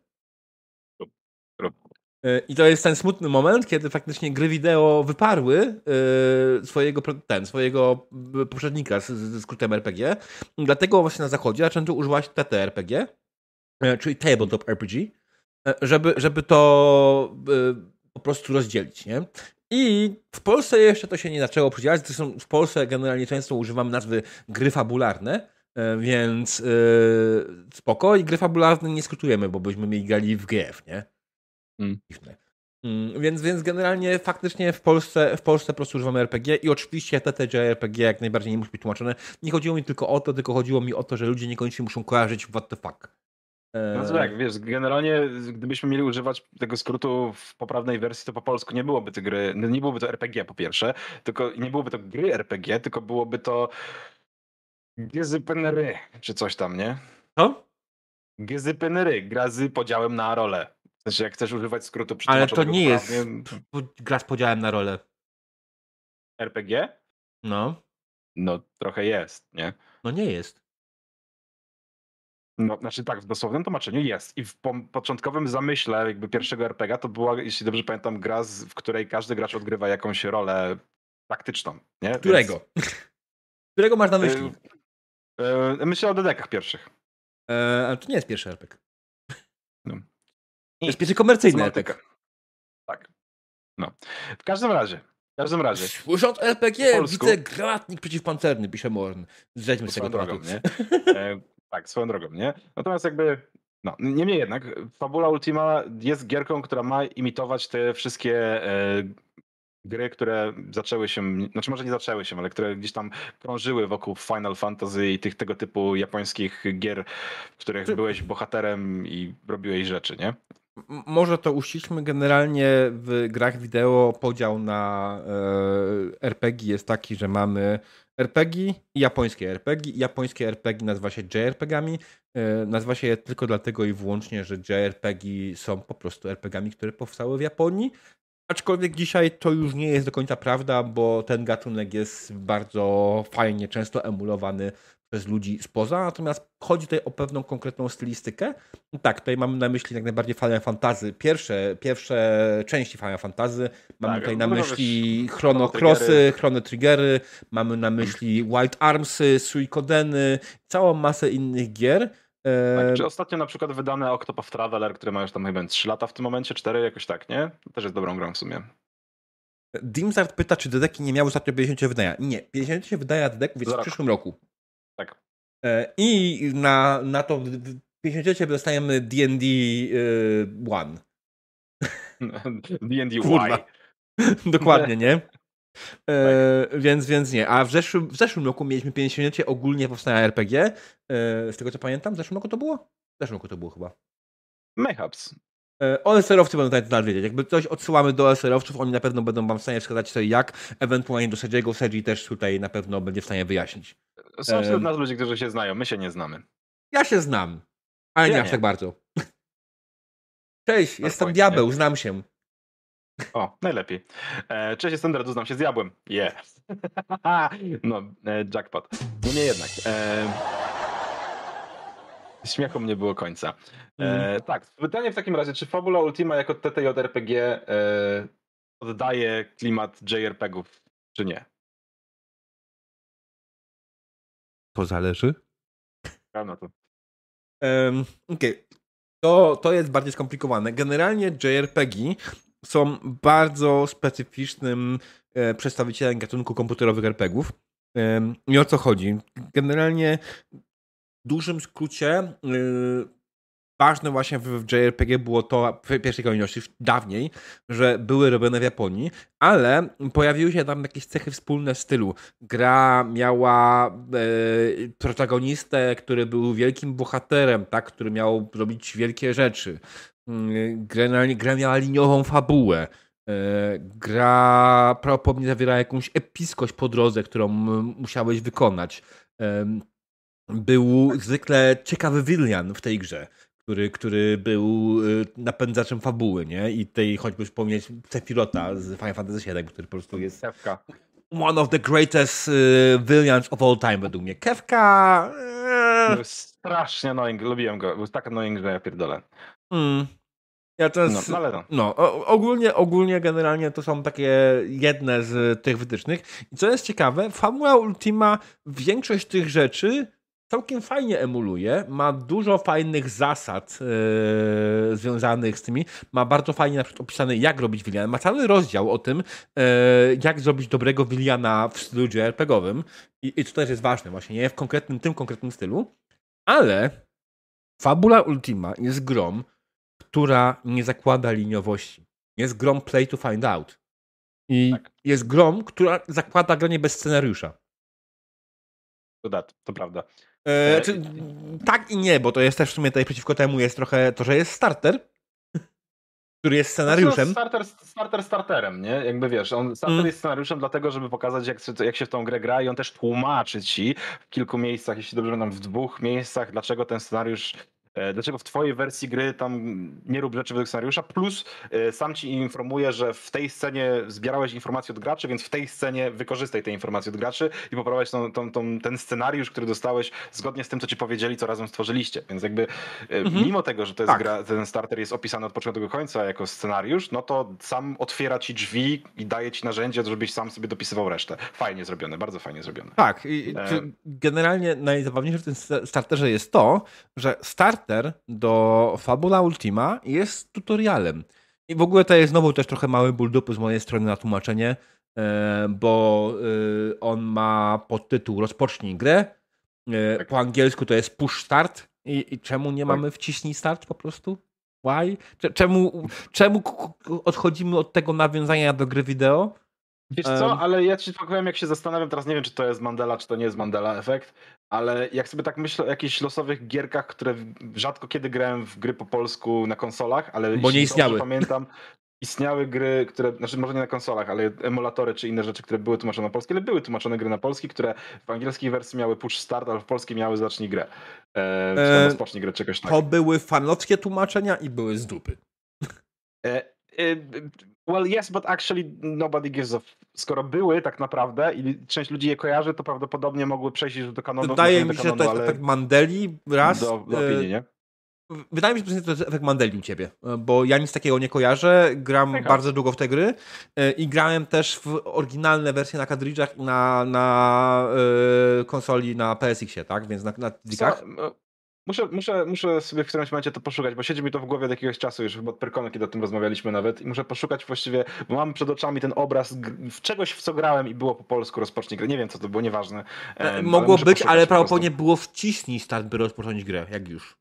I to jest ten smutny moment, kiedy faktycznie gry wideo wyparły swojego, ten, swojego poprzednika ze skrótem R P G. Dlatego właśnie na zachodzie zaczęto używać T T R P G, czyli Tabletop R P G, żeby, żeby to po prostu rozdzielić, nie? I w Polsce jeszcze to się nie zaczęło przydzielać. Zresztą w Polsce generalnie często używam nazwy gry fabularne, więc yy, spoko. I gry fabularne nie skrótujemy, bo byśmy mieli grali w G F, nie? Hmm. Mm, więc, więc generalnie faktycznie w Polsce, w Polsce po prostu używamy R P G i oczywiście T T J R P G jak najbardziej nie musi być tłumaczone. Nie chodziło mi tylko o to, tylko chodziło mi o to, że ludzie niekoniecznie muszą kojarzyć what the fuck. No to tak, wiesz, generalnie gdybyśmy mieli używać tego skrótu w poprawnej wersji, to po polsku nie byłoby to gry, no nie byłoby to R P G po pierwsze, tylko nie byłoby to gry R P G, tylko byłoby to Gezypenery, czy coś tam, nie? Co? Gezypenery, gra z podziałem na role. W sensie, jak chcesz używać skrótu ale to nie poprawnie, jest gra z podziałem na rolę. R P G? No. No trochę jest, nie? No nie jest. No, znaczy tak, w dosłownym tłumaczeniu jest. I w po początkowym zamyśle jakby pierwszego R P G to była, jeśli dobrze pamiętam, gra, z, w której każdy gracz odgrywa jakąś rolę taktyczną, nie? Którego? Więc... Którego masz na myśli? Yy, yy, myślę o dedekach pierwszych. Yy, ale to nie jest pierwszy R P G. No. To jest pierwszy komercyjny R P G. Tak. No. W każdym razie. W każdym razie. Słysząc R P G, widzę granatnik przeciwpancerny, pisze Morn. Zejdźmy z tego drogą, nie? E, tak, swoją drogą, nie? Natomiast jakby, no, niemniej jednak, Fabula Ultima jest gierką, która ma imitować te wszystkie e, gry, które zaczęły się, znaczy może nie zaczęły się, ale które gdzieś tam krążyły wokół Final Fantasy i tych tego typu japońskich gier, w których Czy... byłeś bohaterem i robiłeś rzeczy, nie? Może to uściślmy. Generalnie w grach wideo podział na e, R P G jest taki, że mamy R P G i japońskie R P G. Japońskie R P G nazywa się J R P G-ami. E, nazywa się je tylko dlatego i wyłącznie, że J R P G są po prostu R P G-ami, które powstały w Japonii. Aczkolwiek dzisiaj to już nie jest do końca prawda, bo ten gatunek jest bardzo fajnie, często emulowany przez ludzi spoza, natomiast chodzi tutaj o pewną konkretną stylistykę. Tak, tutaj mamy na myśli jak najbardziej Final Fantasy, pierwsze, pierwsze części Final Fantasy, mamy tak, tutaj na myśli Chrono Crossy, Chrono Triggery, mamy na myśli Wild Armsy, Suikodeny, całą masę innych gier. Tak, czy ostatnio na przykład wydane Octopath Traveler, które ma już tam chyba trzy lata w tym momencie, cztery jakoś tak, nie? To też jest dobrą grą w sumie. Dimsart pyta, czy dedeki nie miały ostatnio pięćdziesiąt wydania. Nie, pięćdziesiąt wydania dedeków jest w przyszłym roku. Tak. I na, na to pięćdziesiąt dostajemy D and D jeden. D and D Y. Dokładnie, nie? E, więc, więc nie. A w zeszłym, w zeszłym roku mieliśmy pięćdziesiątlecie ogólnie powstania R P G. E, z tego co pamiętam, w zeszłym roku to było? W zeszłym roku to było chyba. Mayhaps. E, O S R-owcy będą tutaj wiedzieć. Jakby coś odsyłamy do O S R-owców, oni na pewno będą wam w stanie wskazać sobie jak. Ewentualnie do Sejiego. Seji też tutaj na pewno będzie w stanie wyjaśnić. Są wśród nas ludzie, którzy się znają. My się nie znamy. Ja się znam. Ale ja nie aż tak bardzo. Cześć, no jestem diabeł, nie? Znam się. O, najlepiej. E, cześć, jestem Dredu, znam się z diabłem. Yes. No, e, jackpot. No nie jednak. E, śmiechu nie było końca. E, mm. Tak, pytanie w takim razie, czy Fabula Ultima jako T T J R P G e, oddaje klimat J R P G-ów, czy nie? To zależy. Prawda to. Um, Okej. Okay. To, to jest bardziej skomplikowane. Generalnie J R P G są bardzo specyficznym e, przedstawicielem gatunku komputerowych er pe gie ów. E, I o co chodzi? Generalnie w dużym skrócie e, ważne właśnie w, w J R P G było to w pierwszej kolejności dawniej, że były robione w Japonii, ale pojawiły się tam jakieś cechy wspólne w stylu. Gra miała e, protagonistę, który był wielkim bohaterem, tak, który miał robić wielkie rzeczy. Gra, gra miała liniową fabułę. Gra prawdopodobnie zawiera jakąś episkość po drodze, którą musiałeś wykonać. Był zwykle ciekawy Willian w tej grze, który, który był napędzaczem fabuły, nie? I tej choćby wspomnieć Sephiroth'a z Final Fantasy siedem, który po prostu jest Kefka. one of the greatest uh, villains of all time według mnie. Kefka... Był strasznie annoying, lubiłem go. Był tak annoying, że ja pierdolę. Mm. Ja to jest, no, no, ale no. no ogólnie, ogólnie generalnie to są takie jedne z tych wytycznych. I co jest ciekawe, Fabuła Ultima większość tych rzeczy całkiem fajnie emuluje, ma dużo fajnych zasad yy, związanych z tymi, ma bardzo fajnie na przykład opisane jak robić Williana, ma cały rozdział o tym, yy, jak zrobić dobrego Williana w stylu J R P G-owym I, i to też jest ważne właśnie, nie w konkretnym, tym konkretnym stylu, ale Fabula Ultima jest grą, która nie zakłada liniowości. Jest grą play to find out. I tak. jest grą, która zakłada granie bez scenariusza. To, dat, to prawda. E, czy, tak i nie, bo to jest też w sumie tutaj przeciwko temu jest trochę to, że jest starter, który jest scenariuszem. No, starter, starter starterem, nie? Jakby wiesz, on starter mm. jest scenariuszem dlatego, żeby pokazać jak, jak się w tą grę gra i on też tłumaczy ci w kilku miejscach, jeśli dobrze pamiętam, w dwóch miejscach, dlaczego ten scenariusz dlaczego w twojej wersji gry tam nie rób rzeczy według scenariusza, plus y, sam ci informuje, że w tej scenie zbierałeś informacje od graczy, więc w tej scenie wykorzystaj te informacje od graczy i poprowadź tą, tą, tą, ten scenariusz, który dostałeś zgodnie z tym, co ci powiedzieli, co razem stworzyliście. Więc jakby y, mhm. mimo tego, że to jest tak. gra, ten starter jest opisany od początku do końca jako scenariusz, no to sam otwiera ci drzwi i daje ci narzędzie, żebyś sam sobie dopisywał resztę. Fajnie zrobione, bardzo fajnie zrobione. Tak. I, e... Generalnie najzabawniejsze w tym starterze jest to, że start do Fabula Ultima jest tutorialem. I w ogóle to jest znowu też trochę mały ból dupy z mojej strony na tłumaczenie, bo on ma podtytuł Rozpocznij grę. Tak. Po angielsku to jest push start. I, i czemu nie tak. mamy wciśnij start po prostu? Why? Czemu, czemu odchodzimy od tego nawiązania do gry wideo? Wiesz co, ale ja ci powiem, jak się zastanawiam, teraz nie wiem, czy to jest Mandela, czy to nie jest Mandela efekt, ale jak sobie tak myślę o jakichś losowych gierkach, które rzadko kiedy grałem w gry po polsku na konsolach, ale bo nie istniały. Pamiętam, istniały gry, które, znaczy może nie na konsolach, ale emulatory czy inne rzeczy, które były tłumaczone na polski, ale były tłumaczone gry na polski, które w angielskiej wersji miały push start, ale w polskiej miały zacznij grę. E, czy tam rozpocznij grę, czegoś takiego. To były fanowskie tłumaczenia i były z dupy. E, e, Well, yes, but actually nobody gives a f- Skoro były tak naprawdę i część ludzi je kojarzy, to prawdopodobnie mogły przejść już do kanonu. Wydaje mi się, kanonu, że to jest efekt Mandeli raz. Do, do opinii, nie? Wydaje mi się, że to jest efekt Mandeli u ciebie, bo ja nic takiego nie kojarzę, gram Taka. bardzo długo w te gry i grałem też w oryginalne wersje na kadridżach i na, na yy, konsoli na P S X-ie, tak? Więc na, na dykach. Muszę, muszę, muszę sobie w którymś momencie to poszukać, bo siedzi mi to w głowie od jakiegoś czasu już, chyba od Pyrkonu, kiedy o tym rozmawialiśmy nawet i muszę poszukać właściwie, bo mam przed oczami ten obraz w czegoś, w co grałem i było po polsku rozpocznij grę. Nie wiem, co to było, nieważne. Um, Mogło ale być, ale prawdopodobnie było wciśnij start, by rozpocząć grę, jak już.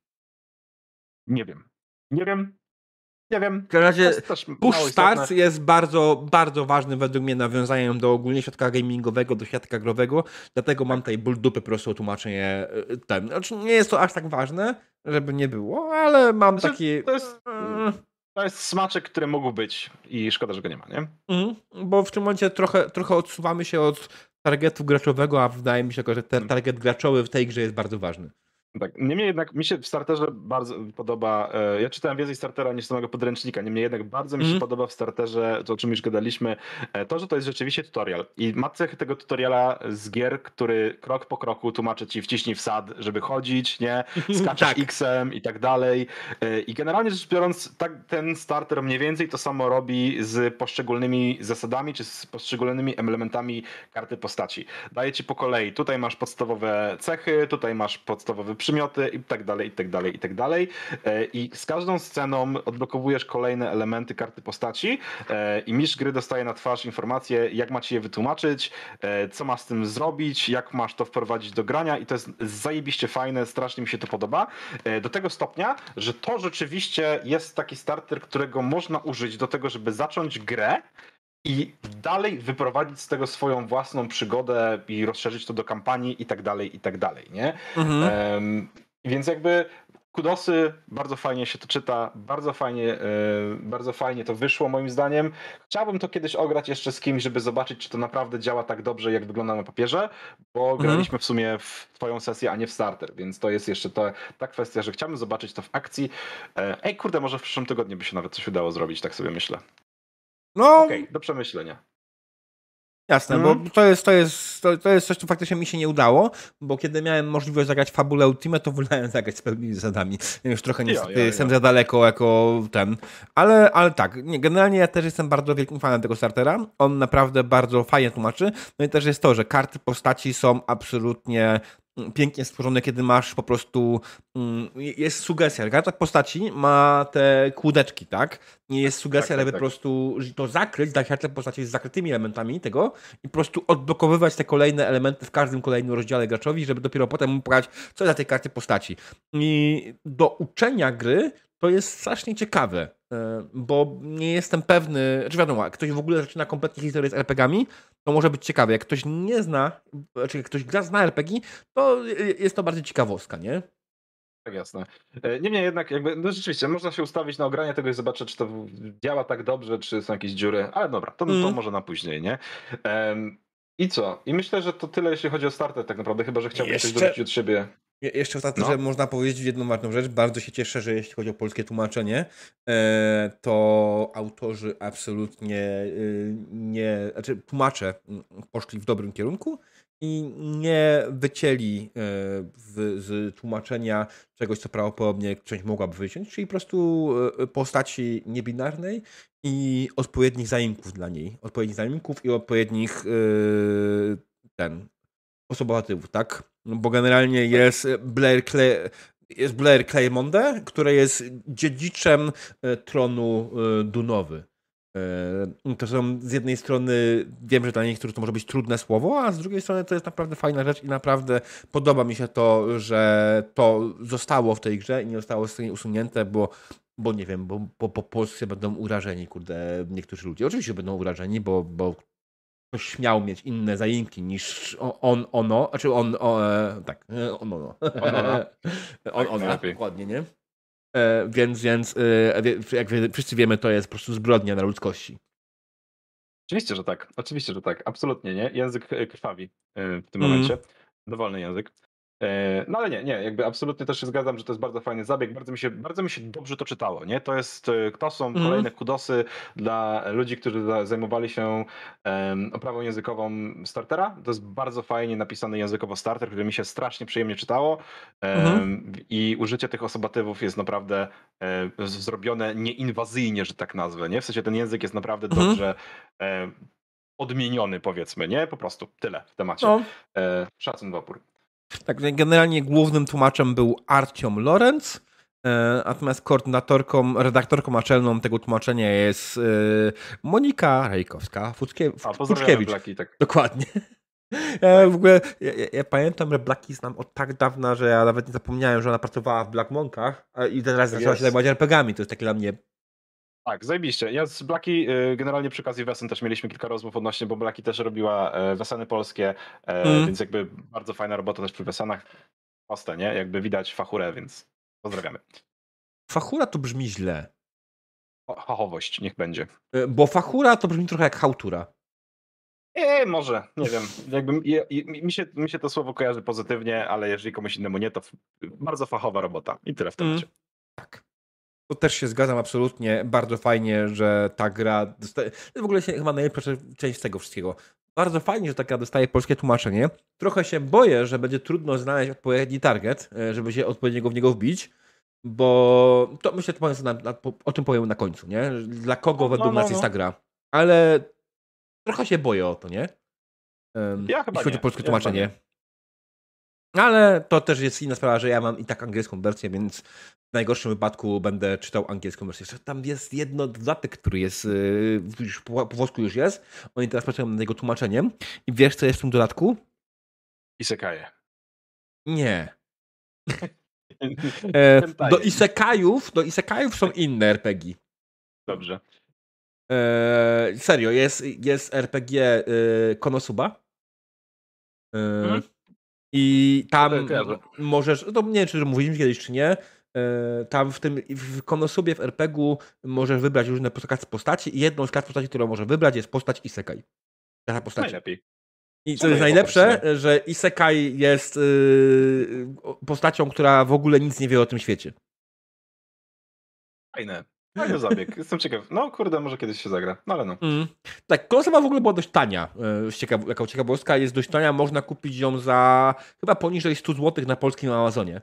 Nie wiem. Nie wiem. Nie wiem. W razie push start jest bardzo, bardzo ważnym według mnie nawiązaniem do ogólnie świadka gamingowego, do świadka growego, dlatego mam tutaj ból dupy po prostu o tłumaczenie ten. Znaczy nie jest to aż tak ważne, żeby nie było, ale mam znaczy, taki... To jest, to jest smaczek, który mógł być i szkoda, że go nie ma, nie? Mhm, bo w tym momencie trochę, trochę odsuwamy się od targetu graczowego, a wydaje mi się, że ten target graczowy w tej grze jest bardzo ważny. Tak, niemniej jednak mi się w starterze bardzo podoba, e, ja czytałem więcej startera niż samego podręcznika, niemniej jednak bardzo mi się mm. podoba w starterze, to o czym już gadaliśmy, e, to, że to jest rzeczywiście tutorial i ma cechy tego tutoriala z gier, który krok po kroku tłumaczy ci wciśnij wsad, żeby chodzić, nie, skaczesz tak. X-em i tak dalej e, i generalnie rzecz biorąc tak, ten starter mniej więcej to samo robi z poszczególnymi zasadami, czy z poszczególnymi elementami karty postaci. Daje ci po kolei, tutaj masz podstawowe cechy, tutaj masz podstawowy przymioty i tak dalej, i tak dalej, i tak dalej. I z każdą sceną odblokowujesz kolejne elementy karty postaci i mistrz gry dostaje na twarz informację, jak macie je wytłumaczyć, co masz z tym zrobić, jak masz to wprowadzić do grania i to jest zajebiście fajne, strasznie mi się to podoba. Do tego stopnia, że to rzeczywiście jest taki starter, którego można użyć do tego, żeby zacząć grę i dalej wyprowadzić z tego swoją własną przygodę i rozszerzyć to do kampanii i tak dalej, i tak dalej, nie? Mhm. Um, więc jakby kudosy, bardzo fajnie się to czyta, bardzo fajnie, yy, bardzo fajnie to wyszło moim zdaniem. Chciałbym to kiedyś ograć jeszcze z kimś, żeby zobaczyć, czy to naprawdę działa tak dobrze, jak wygląda na papierze, bo mhm. graliśmy w sumie w twoją sesję, a nie w starter, więc to jest jeszcze to, ta kwestia, że chciałbym zobaczyć to w akcji. Ej, kurde, może w przyszłym tygodniu by się nawet coś udało zrobić, tak sobie myślę. No, okej, okay, do przemyślenia. Jasne, mm. bo to jest, to, jest, to, to jest coś, co faktycznie mi się nie udało, bo kiedy miałem możliwość zagrać Fabulę Ultimate, to wolałem zagrać z pełnymi zasadami. Już trochę niestety ja, ja, jestem ja. za daleko jako ten. Ale, ale tak, nie, generalnie ja też jestem bardzo wielkim fanem tego startera. On naprawdę bardzo fajnie tłumaczy. No i też jest to, że karty postaci są absolutnie pięknie stworzone, kiedy masz po prostu jest sugestia. Karta postaci ma te kłódeczki, tak? Nie jest sugestia, tak, ale tak, po prostu to zakryć, dać kartę postaci z zakrytymi elementami tego i po prostu odblokowywać te kolejne elementy w każdym kolejnym rozdziale graczowi, żeby dopiero potem mu pokazać, co jest na tej karcie postaci. I do uczenia gry to jest strasznie ciekawe, bo nie jestem pewny, czy wiadomo, jak ktoś w ogóle zaczyna kompletnie historię z er pe gami, to może być ciekawe. Jak ktoś nie zna, czy jak ktoś gra zna er pe gi, to jest to bardziej ciekawostka, nie? Tak, jasne. Niemniej jednak, jakby, no rzeczywiście, można się ustawić na ogranie tego i zobaczyć, czy to działa tak dobrze, czy są jakieś dziury, ale dobra, to, mm. to może na później, nie? Um, I co? I myślę, że to tyle, jeśli chodzi o starter tak naprawdę, chyba, że chciałbyś Jeszcze... coś dodać od siebie. Jeszcze ostatnio, no. że można powiedzieć jedną ważną rzecz. Bardzo się cieszę, że jeśli chodzi o polskie tłumaczenie, to autorzy absolutnie nie, znaczy tłumacze poszli w dobrym kierunku i nie wycięli z, z tłumaczenia czegoś, co prawdopodobnie część mogłaby wyciąć, czyli po prostu postaci niebinarnej i odpowiednich zaimków dla niej. Odpowiednich zaimków i odpowiednich ten osobohatywów, tak? Bo generalnie jest Blair, Cle- jest Blair Claymonde, które jest dziedziczem tronu Dunowy. To są z jednej strony, wiem, że dla niektórych to może być trudne słowo, a z drugiej strony to jest naprawdę fajna rzecz i naprawdę podoba mi się to, że to zostało w tej grze i nie zostało z tej usunięte, bo, bo nie wiem, bo, bo po polsku będą urażeni, kurde, niektórzy ludzie. Oczywiście będą urażeni, bo, bo ktoś śmiał mieć inne zaimki niż on, ono, znaczy on, o, e, tak, on, ono. on, ono, dokładnie, nie? E, więc, więc e, jak wszyscy wiemy, to jest po prostu zbrodnia na ludzkości. Oczywiście, że tak. Oczywiście, że tak. Absolutnie, nie? Język krwawi w tym mm. momencie. Dowolny język. No ale nie, nie, jakby absolutnie też się zgadzam, że to jest bardzo fajny zabieg, bardzo mi się, bardzo mi się dobrze to czytało, nie? To jest, to są mm. kolejne kudosy dla ludzi, którzy zajmowali się um, oprawą językową startera. To jest bardzo fajnie napisany językowo starter, który mi się strasznie przyjemnie czytało um, mm. i użycie tych osobatywów jest naprawdę um, zrobione nieinwazyjnie, że tak nazwę, nie? W sensie ten język jest naprawdę mm. dobrze um, odmieniony, powiedzmy, nie? Po prostu tyle w temacie. No. E, szacun w opór. Tak, generalnie głównym tłumaczem był Artiom Lorenz, e, natomiast koordynatorką, redaktorką naczelną tego tłumaczenia jest e, Monika Rejkowska-Fuczkiewicz. Tak. Dokładnie. Ja w ogóle, ja, ja pamiętam, że Blacki znam od tak dawna, że ja nawet nie zapomniałem, że ona pracowała w Black Monkach i teraz zaczęła się zajmować er pe gami. To jest takie dla mnie... Tak, zajebiście. Ja z Blacki generalnie przy okazji Wesen też mieliśmy kilka rozmów odnośnie, bo Blacki też robiła Weseny polskie, mm. więc jakby bardzo fajna robota też przy Wesenach. Proste, nie? Jakby widać fachurę, więc pozdrawiamy. Fachura to brzmi źle. Fachowość, niech będzie. Bo fachura to brzmi trochę jak chałtura. Nie, może, nie wiem. Jakby je, je, mi, się, mi się to słowo kojarzy pozytywnie, ale jeżeli komuś innemu nie, to bardzo fachowa robota. I tyle w temacie. Mm. Tak. To też się zgadzam absolutnie. Bardzo fajnie, że ta gra dostaje... To jest w ogóle chyba najlepsza część z tego wszystkiego. Bardzo fajnie, że ta gra dostaje polskie tłumaczenie. Trochę się boję, że będzie trudno znaleźć odpowiedni target, żeby się odpowiedniego w niego wbić, bo to myślę, że na, na, o tym powiem na końcu, nie? Dla kogo no, według no, nas no. jest ta gra. Ale trochę się boję o to, nie? Um, ja chyba jeśli chodzi o polskie ja tłumaczenie. Ale to też jest inna sprawa, że ja mam i tak angielską wersję, więc w najgorszym wypadku będę czytał angielską wersję. Jeszcze tam jest jedno dodatek, który jest yy, już po, po włosku już jest. Oni teraz pracują nad jego tłumaczeniem. I wiesz, co jest w tym dodatku? Isekaje. Nie. E, do isekajów, do isekajów są inne er pe gie. Dobrze. E, serio, jest, jest er pe gie y, Konosuba. E, Mhm. I tam To możesz, to nie wiem, czy mówiliśmy kiedyś, czy nie, e, tam w tym, w Konosubie, w er pe gie u możesz wybrać różne postaci i jedną z kart postaci, którą możesz wybrać, jest postać Isekaj. Taka postać. Najlepiej. I co jest najlepsze, że Isekaj jest yy, postacią, która w ogóle nic nie wie o tym świecie. Fajne. Fajny zabieg. Jestem ciekaw. No kurde, może kiedyś się zagra. No ale no. Mm. Tak, Konosuba w ogóle była dość tania. Yy, ciekaw, jako ciekawostka jest dość tania. Można kupić ją za chyba poniżej sto złotych na polskim Amazonie.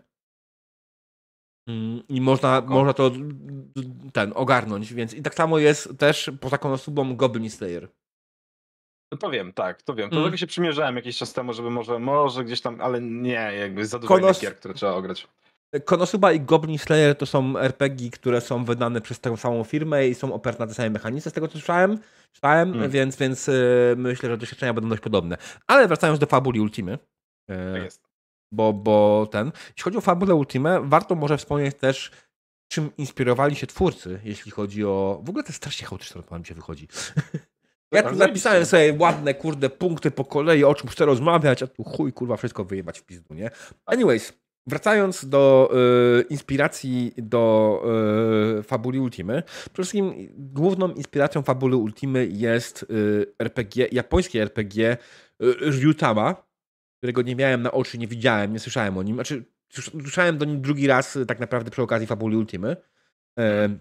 Yy, I można, można to ten ogarnąć, więc i tak samo jest też poza Konosubą Goblin Slayer. No to wiem, tak, to wiem. To mm. się przymierzałem jakiś czas temu, żeby może, może gdzieś tam, ale nie, jakby za dużo Konos... gier, które trzeba ograć. Konosuba i Goblin Slayer to są er pe gie, które są wydane przez tę samą firmę i są oparte na tej samej mechanice, z tego co słyszałem, słyszałem mm. więc, więc yy, myślę, że doświadczenia będą dość podobne. Ale wracając do Fabuli Ultimy. Yy, tak jest. Bo, bo ten, jeśli chodzi o Fabulę Ultimę, warto może wspomnieć też, czym inspirowali się twórcy, jeśli chodzi o... W ogóle to jest strasznie chaotyczne, to mi się wychodzi. Ja tu napisałem sobie ładne, kurde, punkty po kolei, o czym chcę rozmawiać, a tu chuj, kurwa, wszystko wyjebać w pizdu, nie? Anyways, wracając do y, inspiracji do y, Fabuli Ultimy, przede wszystkim główną inspiracją Fabuly Ultimy jest y, er pe gie, japońskie er pe gie y, Ryutama, którego nie miałem na oczy, nie widziałem, nie słyszałem o nim. Znaczy, słyszałem do nim drugi raz tak naprawdę przy okazji Fabuli Ultimy. Y,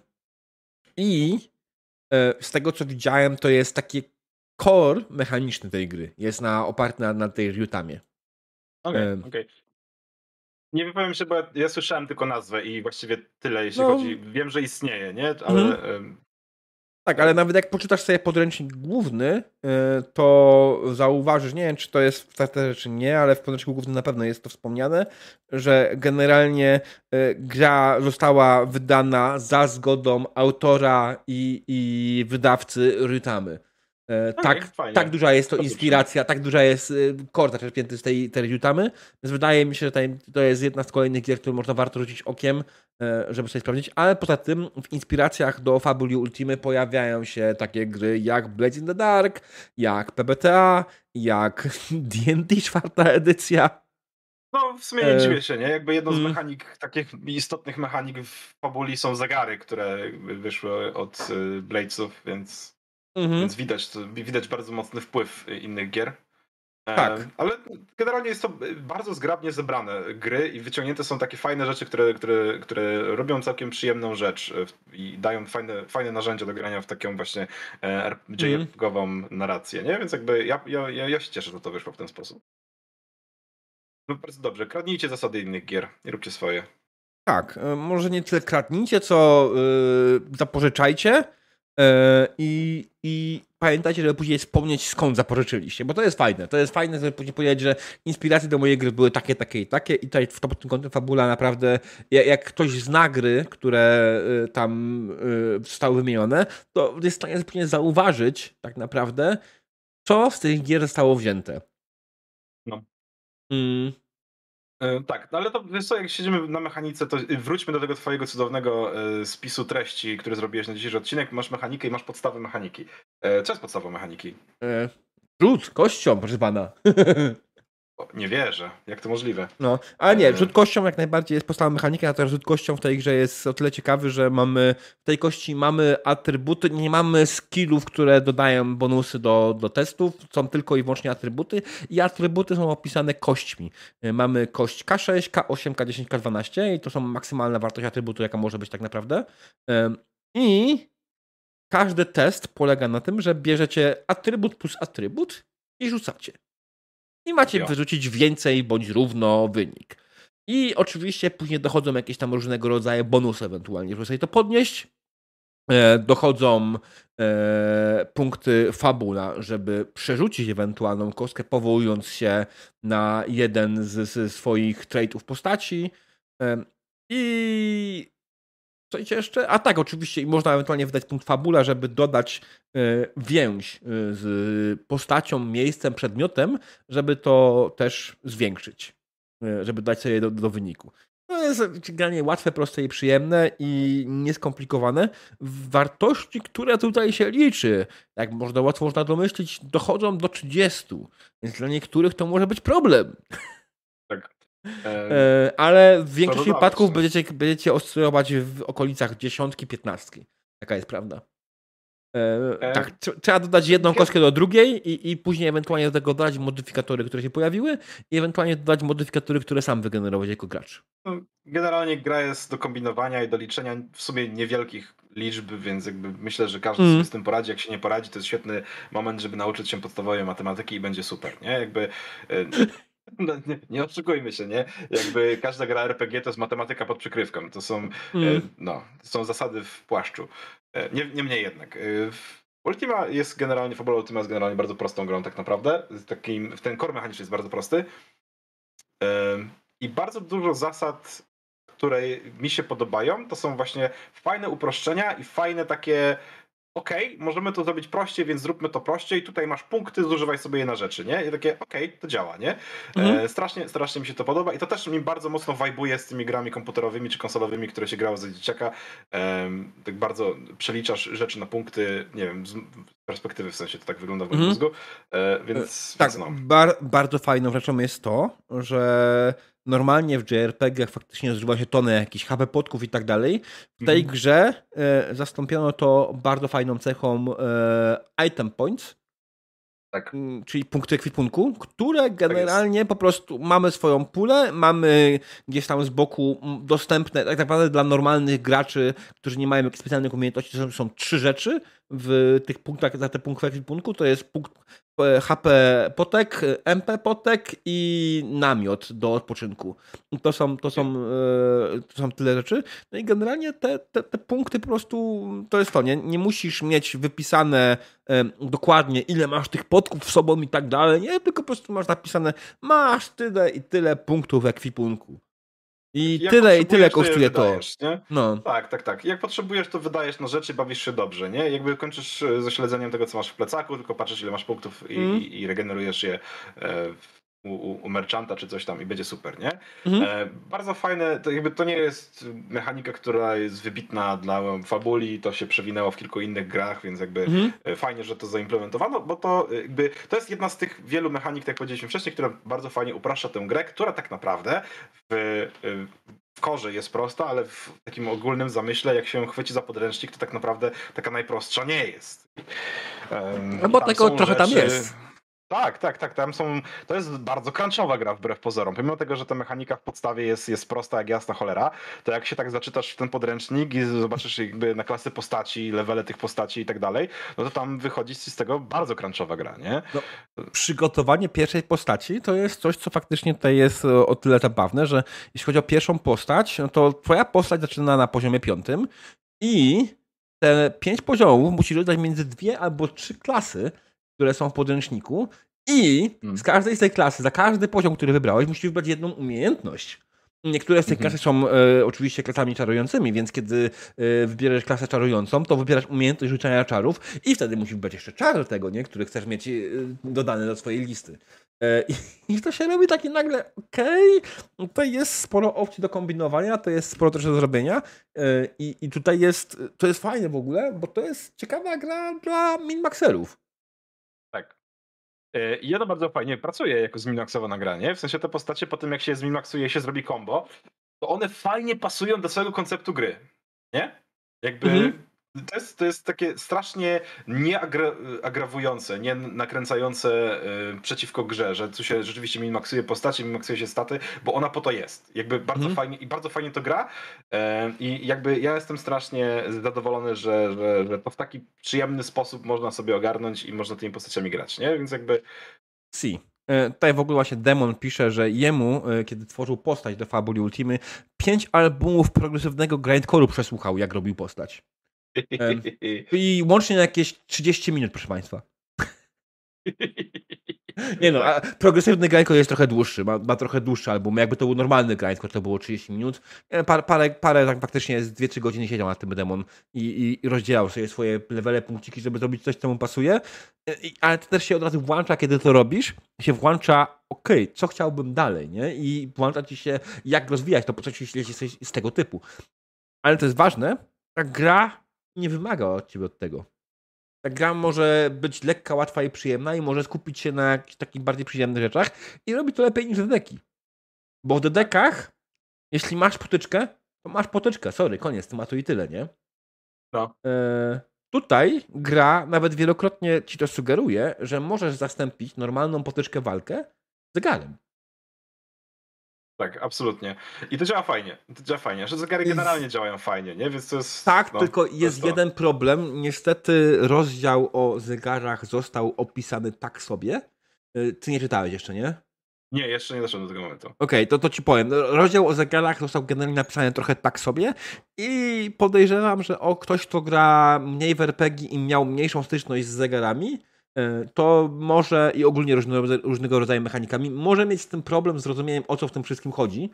I z tego, co widziałem, to jest taki core mechaniczny tej gry. Jest na, oparty na, na tej Ryutamie. Okej, okay, okej. Okay. Nie wypowiem się, bo ja, ja słyszałem tylko nazwę i właściwie tyle, jeśli no. chodzi... Wiem, że istnieje, nie? Ale... Mhm. Tak, ale nawet jak poczytasz sobie podręcznik główny, to zauważysz, nie wiem, czy to jest w starterze, czy nie, ale w podręczniku głównym na pewno jest to wspomniane, że generalnie gra została wydana za zgodą autora i, i wydawcy Ryutamy. Okay, tak, tak duża jest to inspiracja, tak duża jest core zaczerpnięty z tej, tej Ryutamy, więc wydaje mi się, że to jest jedna z kolejnych gier, które można warto rzucić okiem, żeby sobie sprawdzić, ale poza tym w inspiracjach do Fabuli Ultimy pojawiają się takie gry jak Blades in the Dark, jak pe be te a, jak D and D czwarta edycja. No w sumie nie dziwię się, nie? Jakby jedną z mechanik, takich istotnych mechanik w Fabuli są zegary, które wyszły od Bladesów, więc Mhm. Więc widać, to, widać bardzo mocny wpływ innych gier. Tak. E, ale generalnie jest to bardzo zgrabnie zebrane gry i wyciągnięte są takie fajne rzeczy, które, które, które robią całkiem przyjemną rzecz i dają fajne, fajne narzędzia do grania w taką właśnie er pe gie-ową mhm. narrację, nie? Więc jakby ja, ja, ja, ja się cieszę, że to wyszło w ten sposób. No bardzo dobrze, kradnijcie zasady innych gier i róbcie swoje. Tak, może nie tyle kradnijcie, co yy, zapożyczajcie. I, I pamiętajcie, żeby później wspomnieć, skąd zapożyczyliście, bo to jest fajne. To jest fajne, żeby później powiedzieć, że inspiracje do mojej gry były takie, takie i takie i tutaj w to pod tym kątem fabula naprawdę, jak ktoś zna gry, które tam zostały wymienione, to jest w stanie później zauważyć tak naprawdę, co z tych gier zostało wzięte. No. Mm. Tak, no ale to wiesz co, jak siedzimy na mechanice, to wróćmy do tego twojego cudownego spisu treści, który zrobiłeś na dzisiejszy odcinek. Masz mechanikę i masz podstawę mechaniki. Co jest podstawą mechaniki? Rzut kością, proszę pana. O, nie wierzę. Jak to możliwe? No, ale nie, rzut kością jak najbardziej jest podstawą mechaniki, natomiast rzut kością w tej grze jest o tyle ciekawy, że mamy w tej kości mamy atrybuty, nie mamy skillów, które dodają bonusy do, do testów, są tylko i wyłącznie atrybuty i atrybuty są opisane kośćmi. Mamy kość ka sześć, ka osiem, ka dziesięć, ka dwanaście i to są maksymalna wartość atrybutu, jaka może być tak naprawdę. I każdy test polega na tym, że bierzecie atrybut plus atrybut i rzucacie. I macie jo. wyrzucić więcej bądź równo wynik. I oczywiście później dochodzą jakieś tam różnego rodzaju bonusy ewentualnie, żeby sobie to podnieść. e, dochodzą e, punkty fabula, żeby przerzucić ewentualną kostkę, powołując się na jeden z, z swoich traitów postaci. E, I coś jeszcze? A tak, oczywiście, i można ewentualnie wydać punkt fabula, żeby dodać e, więź e, z postacią, miejscem, przedmiotem, żeby to też zwiększyć, e, żeby dać sobie do, do wyniku. To jest generalnie łatwe, proste i przyjemne i nieskomplikowane. Wartości, które tutaj się liczy, jak można łatwo można domyślić, dochodzą do trzydziestu, więc dla niektórych to może być problem. Tak. E, ale w większości dodawać, przypadków no. będziecie, będziecie oscylować w okolicach dziesiątki, piętnastki. Taka jest prawda. E, E, tak, tr- trzeba dodać jedną wie- kostkę do drugiej i, i później ewentualnie do tego dodać modyfikatory, które się pojawiły i ewentualnie dodać modyfikatory, które sam wygenerować jako gracz. No, generalnie gra jest do kombinowania i do liczenia w sumie niewielkich liczb, więc jakby myślę, że każdy Mm. sobie z tym poradzi. Jak się nie poradzi, to jest świetny moment, żeby nauczyć się podstawowej matematyki i będzie super, nie? Jakby e, no, nie, nie oszukujmy się, nie? Jakby każda gra R P G to jest matematyka pod przykrywką. To są, e, Mm. no, to są zasady w płaszczu. E, nie, niemniej jednak. E, Ultima jest generalnie, Fabula Ultima jest generalnie bardzo prostą grą tak naprawdę. Z takim, ten core mechaniczny jest bardzo prosty. E, I bardzo dużo zasad, które mi się podobają, to są właśnie fajne uproszczenia i fajne takie okej, okay, możemy to zrobić prościej, więc zróbmy to prościej, tutaj masz punkty, zużywaj sobie je na rzeczy, nie? I takie okej, okay, to działa, nie? Mhm. E, strasznie, strasznie mi się to podoba i to też mi bardzo mocno wajbuje z tymi grami komputerowymi czy konsolowymi, które się grało za dzieciaka. E, tak bardzo przeliczasz rzeczy na punkty, nie wiem, z perspektywy w sensie to tak wygląda w moim Mhm. mózgu, e, więc, tak, więc no. bar- bardzo fajną rzeczą jest to, że normalnie w J R P G faktycznie zużywa się tonę jakichś H P podków i tak dalej. W tej Mhm. grze e, zastąpiono to bardzo fajną cechą e, item points, Tak. m, czyli punkty ekwipunku, które generalnie tak po prostu mamy swoją pulę, mamy gdzieś tam z boku m, dostępne tak naprawdę dla normalnych graczy, którzy nie mają jakichś specjalnych umiejętności, są, są trzy rzeczy w tych punktach, za te punkty ekwipunku, to jest punkt e, H P potek, M P potek i namiot do odpoczynku. To są, to są, e, to są tyle rzeczy. No i generalnie te, te, te punkty po prostu to jest to, nie, nie musisz mieć wypisane e, dokładnie ile masz tych podków w sobą i tak dalej, nie, tylko po prostu masz napisane masz tyle i tyle punktów w ekwipunku. I Jak tyle i tyle potrzebujesz, kosztuje to. wydajesz, nie? No. Tak, tak, tak. Jak potrzebujesz, to wydajesz na rzeczy, bawisz się dobrze, nie? Jakby kończysz ze śledzeniem tego, co masz w plecaku, tylko patrzysz, ile masz punktów i, Mm. i, i regenerujesz je e, u, u, u merchanta czy coś tam i będzie super, nie? Mhm. E, bardzo fajne, to jakby to nie jest mechanika, która jest wybitna dla fabuli, to się przewinęło w kilku innych grach, więc jakby Mhm. fajnie, że to zaimplementowano, bo to jakby to jest jedna z tych wielu mechanik, tak jak powiedzieliśmy wcześniej, która bardzo fajnie upraszcza tę grę, która tak naprawdę w, w korze jest prosta, ale w takim ogólnym zamyśle, jak się chwyci za podręcznik, to tak naprawdę taka najprostsza nie jest. Um, No bo tego trochę rzeczy... tam jest. Tak, tak, tak. Tam są. To jest bardzo crunchowa gra wbrew pozorom. Pomimo tego, że ta mechanika w podstawie jest, jest prosta jak jasna cholera, to jak się tak zaczytasz w ten podręcznik i zobaczysz jakby na klasy postaci, levele tych postaci i tak dalej, no to tam wychodzi z tego bardzo crunchowa gra, nie? No, przygotowanie pierwszej postaci to jest coś, co faktycznie tutaj jest o tyle zabawne, że jeśli chodzi o pierwszą postać, no to twoja postać zaczyna na poziomie piątym i te pięć poziomów musisz dodać między dwie albo trzy klasy, które są w podręczniku i z każdej z tej klasy, za każdy poziom, który wybrałeś, musisz wybrać jedną umiejętność. Niektóre z tych mhm. klasy są e, oczywiście klasami czarującymi, więc kiedy e, wybierasz klasę czarującą, to wybierasz umiejętność rzucania czarów i wtedy musisz wybrać jeszcze czar do tego, nie? Który chcesz mieć e, dodany do swojej listy. E, i, I to się robi takie nagle, okej, okay, tutaj jest sporo opcji do kombinowania, to jest sporo też do zrobienia e, i, i tutaj jest, to jest fajne w ogóle, bo to jest ciekawa gra dla min-maxerów. Tak. I ja to bardzo fajnie pracuje jako zminaxowane granie. W sensie te postacie po tym, jak się zminaxuje, się zrobi combo, to one fajnie pasują do całego konceptu gry. Nie? Jakby mhm. to, jest, to jest takie strasznie nieagrawujące, nie nakręcające y, przeciwko grze, że tu się rzeczywiście minimaxuje postacie, minimaxuje się staty, bo ona po to jest. Jakby bardzo mhm. fajnie i bardzo fajnie to gra. Y, I jakby ja jestem strasznie zadowolony, że, że, że to w taki przyjemny sposób można sobie ogarnąć i można tymi postaciami grać, nie? Więc jakby... Si. Tutaj w ogóle właśnie Demon pisze, że jemu, kiedy tworzył postać do Fabuli Ultimy, pięć albumów progresywnego grindcore'u przesłuchał, jak robił postać. Em, I łącznie na jakieś trzydzieści minut, proszę państwa. Nie no, a progresywny grindcore jest trochę dłuższy, ma, ma trochę dłuższy album. Jakby to był normalny grindcore, to było trzydzieści minut. Parę, parę, parę tak faktycznie z dwie trzy godziny siedział na tym demon i, i, i rozdzielał sobie swoje levele, punkciki, żeby zrobić coś, co mu pasuje. I, ale to też się od razu włącza, kiedy to robisz, się włącza, okej, okay, co chciałbym dalej, nie? I włącza ci się, jak rozwijać to proces, jeśli jesteś z tego typu. Ale to jest ważne, ta gra nie wymaga od ciebie od tego. Ta gra może być lekka, łatwa i przyjemna i może skupić się na jakichś takich bardziej przyjemnych rzeczach i robi to lepiej niż dedeki. Bo w dedekach, jeśli masz potyczkę, to masz potyczkę. Sorry, koniec tematu i tyle, nie? No. E, tutaj gra nawet wielokrotnie ci to sugeruje, że możesz zastąpić normalną potyczkę walkę zegarem. Tak, absolutnie. I to działa fajnie. To działa fajnie. Że zegary generalnie działają fajnie, nie? Więc to jest... Tak, no, tylko jest, jest jeden problem. Niestety rozdział o zegarach został opisany tak sobie. Ty nie czytałeś jeszcze, nie? Nie, jeszcze nie doszedłem do tego momentu. Okej, okay, to, to ci powiem. Rozdział o zegarach został generalnie napisany trochę tak sobie i podejrzewam, że o ktoś, kto gra mniej w er pe gie i miał mniejszą styczność z zegarami, to może i ogólnie różnego, różnego rodzaju mechanikami, może mieć z tym problem z zrozumieniem, o co w tym wszystkim chodzi.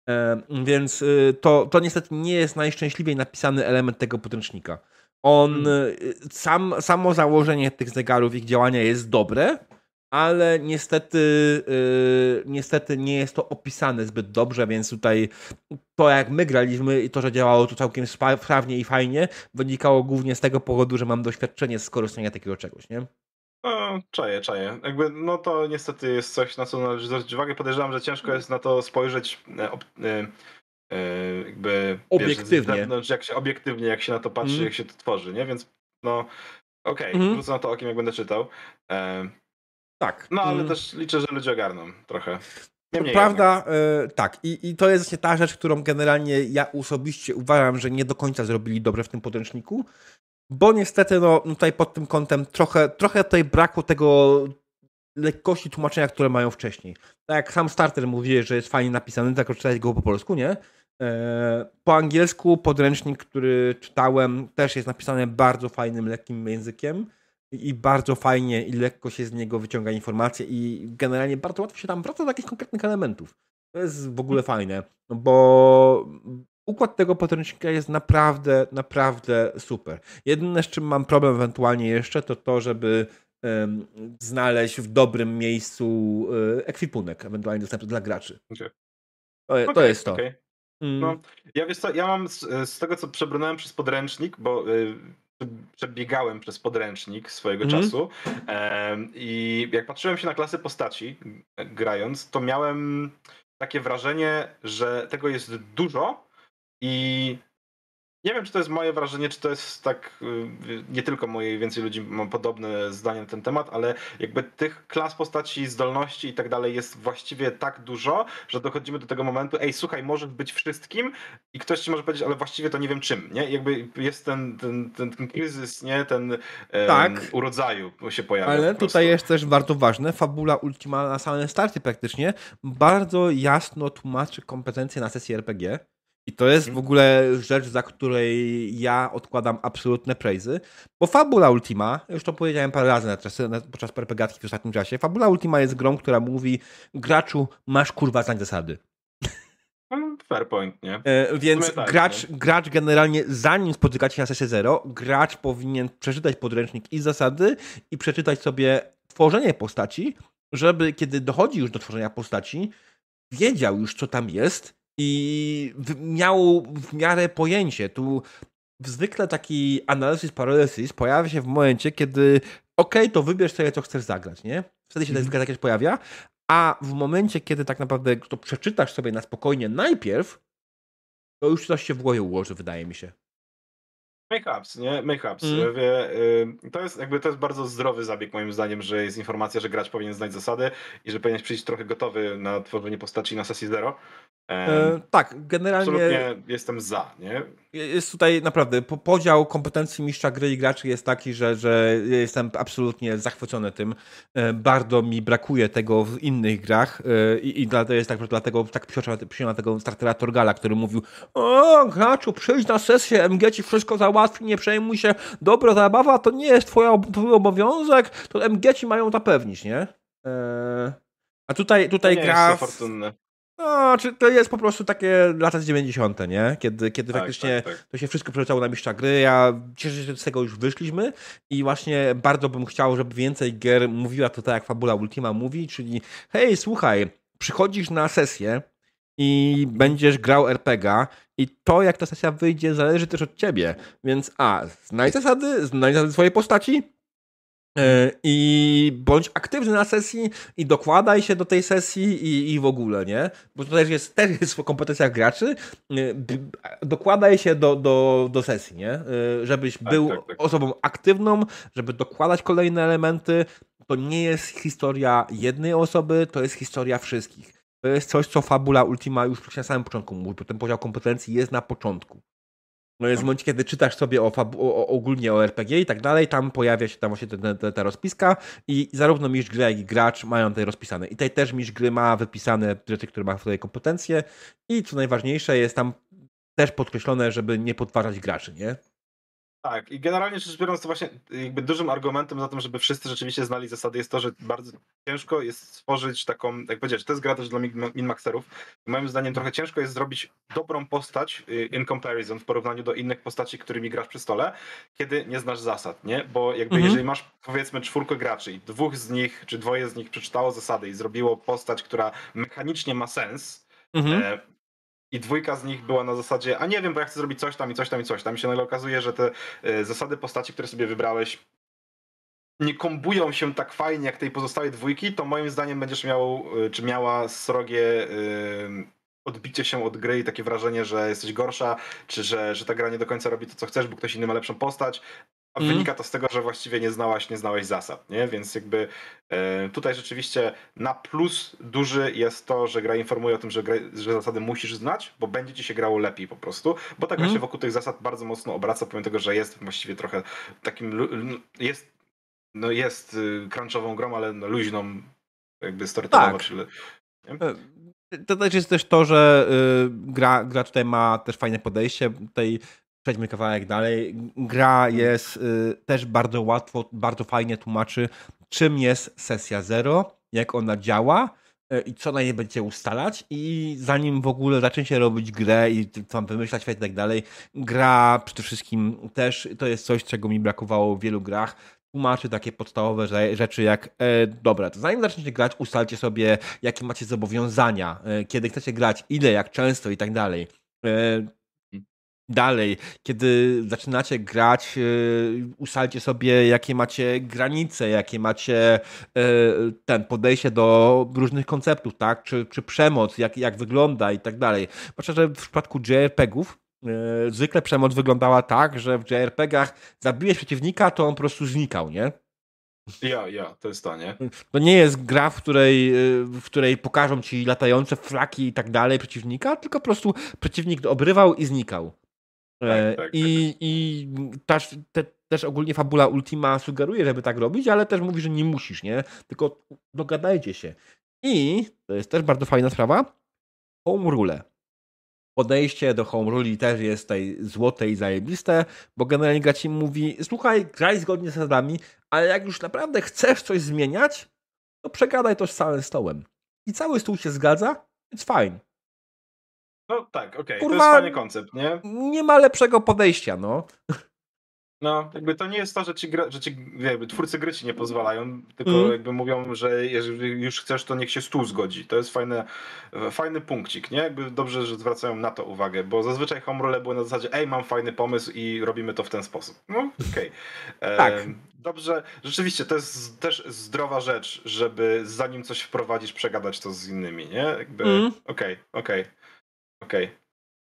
Więc to, to niestety nie jest najszczęśliwiej napisany element tego podręcznika. On, hmm. sam, samo założenie tych zegarów, ich działania jest dobre, ale niestety, yy, niestety nie jest to opisane zbyt dobrze, więc tutaj to jak my graliśmy i to, że działało to całkiem sprawnie i fajnie, wynikało głównie z tego powodu, że mam doświadczenie z korzystania takiego czegoś, nie? No, czaję, czaję. Jakby, no to niestety jest coś, na co należy zwrócić uwagę. Podejrzewam, że ciężko jest na to spojrzeć e, e, e, jakby obiektywnie. Wiesz, z zewnątrz, jak się, obiektywnie, jak się na to patrzy, mm. jak się to tworzy, nie? Więc no okej, okay, mm. rzucę na to okiem, jak będę czytał. E, Tak. No ale mm. też liczę, że ludzie ogarną trochę. To prawda, y, tak. I, I to jest właśnie ta rzecz, którą generalnie ja osobiście uważam, że nie do końca zrobili dobrze w tym podręczniku, bo niestety no, tutaj pod tym kątem trochę, trochę tutaj brakło tego lekkości tłumaczenia, które mają wcześniej. Tak jak sam starter mówi, że jest fajnie napisany, tak czytać go po polsku, nie? Po angielsku podręcznik, który czytałem, też jest napisany bardzo fajnym, lekkim językiem i bardzo fajnie i lekko się z niego wyciąga informacje i generalnie bardzo łatwo się tam wraca do jakichś konkretnych elementów. To jest w ogóle fajne, bo układ tego podręcznika jest naprawdę, naprawdę super. Jedyne, z czym mam problem ewentualnie jeszcze, to to, żeby um, znaleźć w dobrym miejscu um, ekwipunek, ewentualnie dostępny dla graczy. Okay. To, to okay, jest to. Okay. Mm. No, ja wiesz co, ja mam z, z tego, co przebrnąłem przez podręcznik, bo y, przebiegałem przez podręcznik swojego mm. czasu y, i jak patrzyłem się na klasy postaci grając, to miałem takie wrażenie, że tego jest dużo i nie wiem, czy to jest moje wrażenie, czy to jest tak, nie tylko moje, więcej ludzi ma podobne zdanie na ten temat, ale jakby tych klas postaci, zdolności i tak dalej jest właściwie tak dużo, że dochodzimy do tego momentu, ej, słuchaj, możesz być wszystkim i ktoś ci może powiedzieć, ale właściwie to nie wiem czym, nie? Jakby jest ten, ten, ten, ten kryzys, nie? Ten tak, um, urodzaju się pojawia. Ale tutaj jest też bardzo ważne, fabula Ultima na samym starcie praktycznie bardzo jasno tłumaczy kompetencje na sesji er pe gie. I to jest w ogóle rzecz, za której ja odkładam absolutne praise'y, bo Fabula Ultima, już to powiedziałem parę razy na czas, na, podczas perpegatki w ostatnim czasie, Fabula Ultima jest grą, która mówi, graczu, masz kurwa znać zasady. Fair point, nie? E, więc tak, gracz, nie? gracz generalnie, zanim spotykacie się na sesję zero, gracz powinien przeczytać podręcznik i zasady i przeczytać sobie tworzenie postaci, żeby kiedy dochodzi już do tworzenia postaci, wiedział już, co tam jest, i miał w miarę pojęcie. Tu zwykle taki analysis paralysis pojawia się w momencie, kiedy okej, okay, to wybierz sobie, co chcesz zagrać, nie? Wtedy się mm-hmm. tak jakieś pojawia, a w momencie, kiedy tak naprawdę to przeczytasz sobie na spokojnie najpierw, to już coś się w głowie ułoży, wydaje mi się. Make-ups, nie? Make-ups. Mm. Wie, y, to jest jakby to jest bardzo zdrowy zabieg moim zdaniem, że jest informacja, że gracz powinien znać zasady i że powinien przyjść trochę gotowy na tworzenie postaci na sesji zero. E, tak, generalnie Absolutnie jestem za, nie? jest tutaj naprawdę po- podział kompetencji mistrza gry i graczy jest taki, że, że jestem absolutnie zachwycony tym. E, Bardzo mi brakuje tego w innych grach e, i, i dlatego jest tak, że dlatego tak przyjąłem tego startera Torgala, który mówił: o, graczu, przyjdź na sesję, M G ci wszystko załatwi, nie przejmuj się, dobra zabawa to nie jest twoja, twój obowiązek, to M G ci mają zapewnić, nie? E, A tutaj, To tutaj nie jest gra to w, fortunne. no, czy to jest po prostu takie lata dziewięćdziesiąte, nie? Kiedy, kiedy Tak, tak, faktycznie tak. to się wszystko przeleciało na mistrza gry. Ja cieszę się, że z tego już wyszliśmy i właśnie bardzo bym chciał, żeby więcej gier mówiła to tak, jak Fabula Ultima mówi, czyli hej, słuchaj, przychodzisz na sesję i będziesz grał er pe gie a i to, jak ta sesja wyjdzie, zależy też od ciebie. Więc a, znajdź zasady, znajdź zasady swojej postaci, i bądź aktywny na sesji i dokładaj się do tej sesji i, i w ogóle, nie? Bo to też jest, też jest w kompetencjach graczy. Dokładaj się do, do, do sesji, nie? Żebyś Tak, był tak, tak. osobą aktywną, żeby dokładać kolejne elementy. To nie jest historia jednej osoby, to jest historia wszystkich. To jest coś, co Fabula Ultima już na samym początku mówi, bo ten podział kompetencji jest na początku. No jest w momencie, kiedy czytasz sobie o, o, ogólnie o er pe gie i tak dalej, tam pojawia się tam właśnie ta, ta, ta rozpiska i zarówno mistrz gry, jak i gracz mają tutaj rozpisane. I tutaj też mistrz gry ma wypisane rzeczy, które ma w swojej kompetencje i co najważniejsze jest tam też podkreślone, żeby nie podważać graczy, nie? Tak, i generalnie rzecz biorąc, to właśnie jakby dużym argumentem za tym, żeby wszyscy rzeczywiście znali zasady, jest to, że bardzo ciężko jest stworzyć taką, jak powiedziałeś, to jest gra też dla min-maxerów. Moim zdaniem trochę ciężko jest zrobić dobrą postać in comparison, w porównaniu do innych postaci, którymi grasz przy stole, kiedy nie znasz zasad, nie? Bo jakby Mhm. jeżeli masz, powiedzmy, czwórkę graczy i dwóch z nich, czy dwoje z nich przeczytało zasady i zrobiło postać, która mechanicznie ma sens, Mhm. e, i dwójka z nich była na zasadzie, a nie wiem, bo ja chcę zrobić coś tam i coś tam i coś tam. I się nagle okazuje, że te y, zasady postaci, które sobie wybrałeś, nie kombują się tak fajnie jak tej pozostałej dwójki, to moim zdaniem będziesz miał, y, czy miała srogie y, odbicie się od gry i takie wrażenie, że jesteś gorsza, czy że, że ta gra nie do końca robi to, co chcesz, bo ktoś inny ma lepszą postać. A Mhm. wynika to z tego, że właściwie nie znałaś, nie znałeś zasad, nie? Więc jakby e, tutaj rzeczywiście na plus duży jest to, że gra informuje o tym, że, gra, że zasady musisz znać, bo będzie ci się grało lepiej po prostu, bo ta gra Mhm. się wokół tych zasad bardzo mocno obraca, pomimo tego, że jest właściwie trochę takim, jest, no jest crunchową grą, ale no luźną jakby storytellowo, Tak. czyli... Nie? To też jest też to, że y, gra, gra tutaj ma też fajne podejście. Tutaj przejdźmy kawałek dalej. Gra jest y, też bardzo łatwo, bardzo fajnie tłumaczy, czym jest sesja zero, jak ona działa y, i co na niej będzie ustalać. I zanim w ogóle zacznie się robić grę i tam wymyślać świat i tak dalej, gra przede wszystkim też to jest coś, czego mi brakowało w wielu grach. Tłumaczy takie podstawowe rzeczy jak e, dobra, to zanim zaczniecie grać, ustalcie sobie, jakie macie zobowiązania, e, kiedy chcecie grać, ile, jak często i tak dalej. E, dalej, kiedy zaczynacie grać, e, ustalcie sobie, jakie macie granice, jakie macie e, ten podejście do różnych konceptów, tak? Czy, czy przemoc, jak, jak wygląda i tak dalej. Zwłaszcza, że w przypadku J R P G-ów Yy, zwykle przemoc wyglądała tak, że w J R P G-ach zabiłeś przeciwnika, to on po prostu znikał, nie? Ja, ja, to jest to, nie? To nie jest gra, w której, w której pokażą ci latające flaki i tak dalej przeciwnika, tylko po prostu przeciwnik obrywał i znikał. Tak, tak, tak. I, i też, te, też ogólnie Fabula Ultima sugeruje, żeby tak robić, ale też mówi, że nie musisz, nie? Tylko dogadajcie się. I to jest też bardzo fajna sprawa. Home rule. Podejście do home ruli też jest tutaj złote i zajebiste, bo generalnie gra ci mówi, słuchaj, graj zgodnie z zasadami, ale jak już naprawdę chcesz coś zmieniać, to przegadaj to z całym stołem. I cały stół się zgadza, it's fine. No tak, okej, okay. To Kurwa, jest fajny koncept, nie? nie ma lepszego podejścia, no. No, jakby to nie jest to, że ci, gra, że ci jakby twórcy gry ci nie pozwalają, tylko Mm. jakby mówią, że jeżeli już chcesz, to niech się stół zgodzi. To jest fajny, fajny punkcik, nie? Jakby dobrze, że zwracają na to uwagę, bo zazwyczaj home role były na zasadzie, ej, mam fajny pomysł i robimy to w ten sposób. No, okej. Okay. Tak. Dobrze, rzeczywiście, to jest też zdrowa rzecz, żeby zanim coś wprowadzisz, przegadać to z innymi, nie? Jakby, okej, Mm. okej, okej.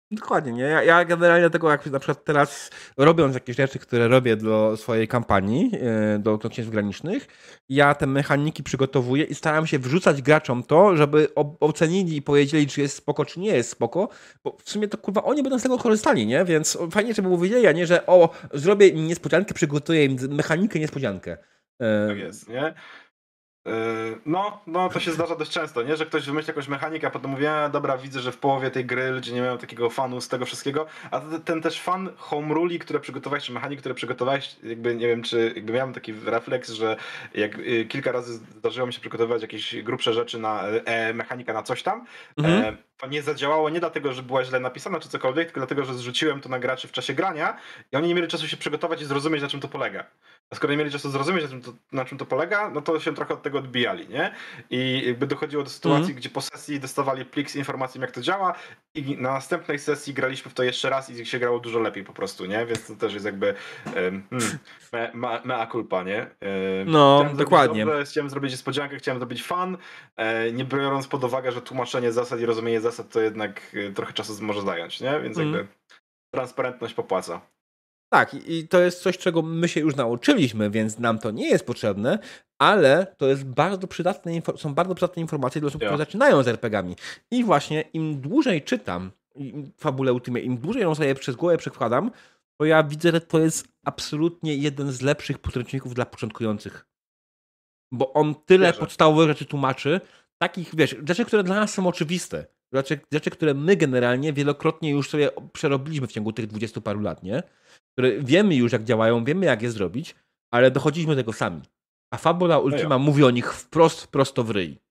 Dokładnie, nie? Ja, ja generalnie tego, jak na przykład teraz robiąc jakieś rzeczy, które robię do swojej kampanii, e, do, do księstw granicznych, ja te mechaniki przygotowuję i staram się wrzucać graczom to, żeby ocenili i powiedzieli, czy jest spoko, czy nie jest spoko, bo w sumie to kurwa oni będą z tego korzystali, nie? Więc fajnie, żeby powiedzieli, a nie, że o, zrobię im niespodziankę, przygotuję im mechanikę niespodziankę. E, Tak jest, nie? No, no to się zdarza dość często, nie? Że ktoś wymyśli jakąś mechanikę, a potem mówi, a dobra, widzę, że w połowie tej gry ludzie nie mają takiego fanu z tego wszystkiego, a ten też fan home ruli, które przygotowałeś, czy mechanik, które przygotowałeś, jakby nie wiem, czy jakby miałem taki refleks, że jak kilka razy zdarzyło mi się przygotowywać jakieś grubsze rzeczy na e, mechanika na coś tam, mhm. e, to nie zadziałało nie dlatego, że była źle napisana czy cokolwiek, tylko dlatego, że zrzuciłem to na graczy w czasie grania i oni nie mieli czasu się przygotować i zrozumieć, na czym to polega. A skoro nie mieli czasu zrozumieć, na czym, to, na czym to polega, no to się trochę od tego odbijali, nie? I jakby dochodziło do sytuacji, mm. gdzie po sesji dostawali plik z informacją, jak to działa i na następnej sesji graliśmy w to jeszcze raz i się grało dużo lepiej po prostu, nie? Więc to też jest jakby um, me, me, mea culpa, nie? Um, no, dokładnie. Dobrze, chciałem zrobić niespodziankę, chciałem zrobić fan, e, nie biorąc pod uwagę, że tłumaczenie zasad i rozumienie zasad to jednak trochę czasu może zająć, nie? Więc mm. jakby transparentność popłaca. Tak, i to jest coś, czego my się już nauczyliśmy, więc nam to nie jest potrzebne, ale to jest bardzo przydatne, są bardzo przydatne informacje dla osób, które zaczynają z er pe gie ami. I właśnie im dłużej czytam Fabulę Ultimate, im dłużej ją sobie przez głowę przekładam, to ja widzę, że to jest absolutnie jeden z lepszych podręczników dla początkujących. Bo on tyle Wierzę. podstawowych rzeczy tłumaczy, takich, wiesz, rzeczy, które dla nas są oczywiste. Rzeczy, rzeczy, które my generalnie wielokrotnie już sobie przerobiliśmy w ciągu tych dwudziestu paru lat, nie? Które wiemy już, jak działają, wiemy, jak je zrobić, ale dochodziliśmy do tego sami. A Fabula Ultima no mówi o nich wprost, prosto w ryj.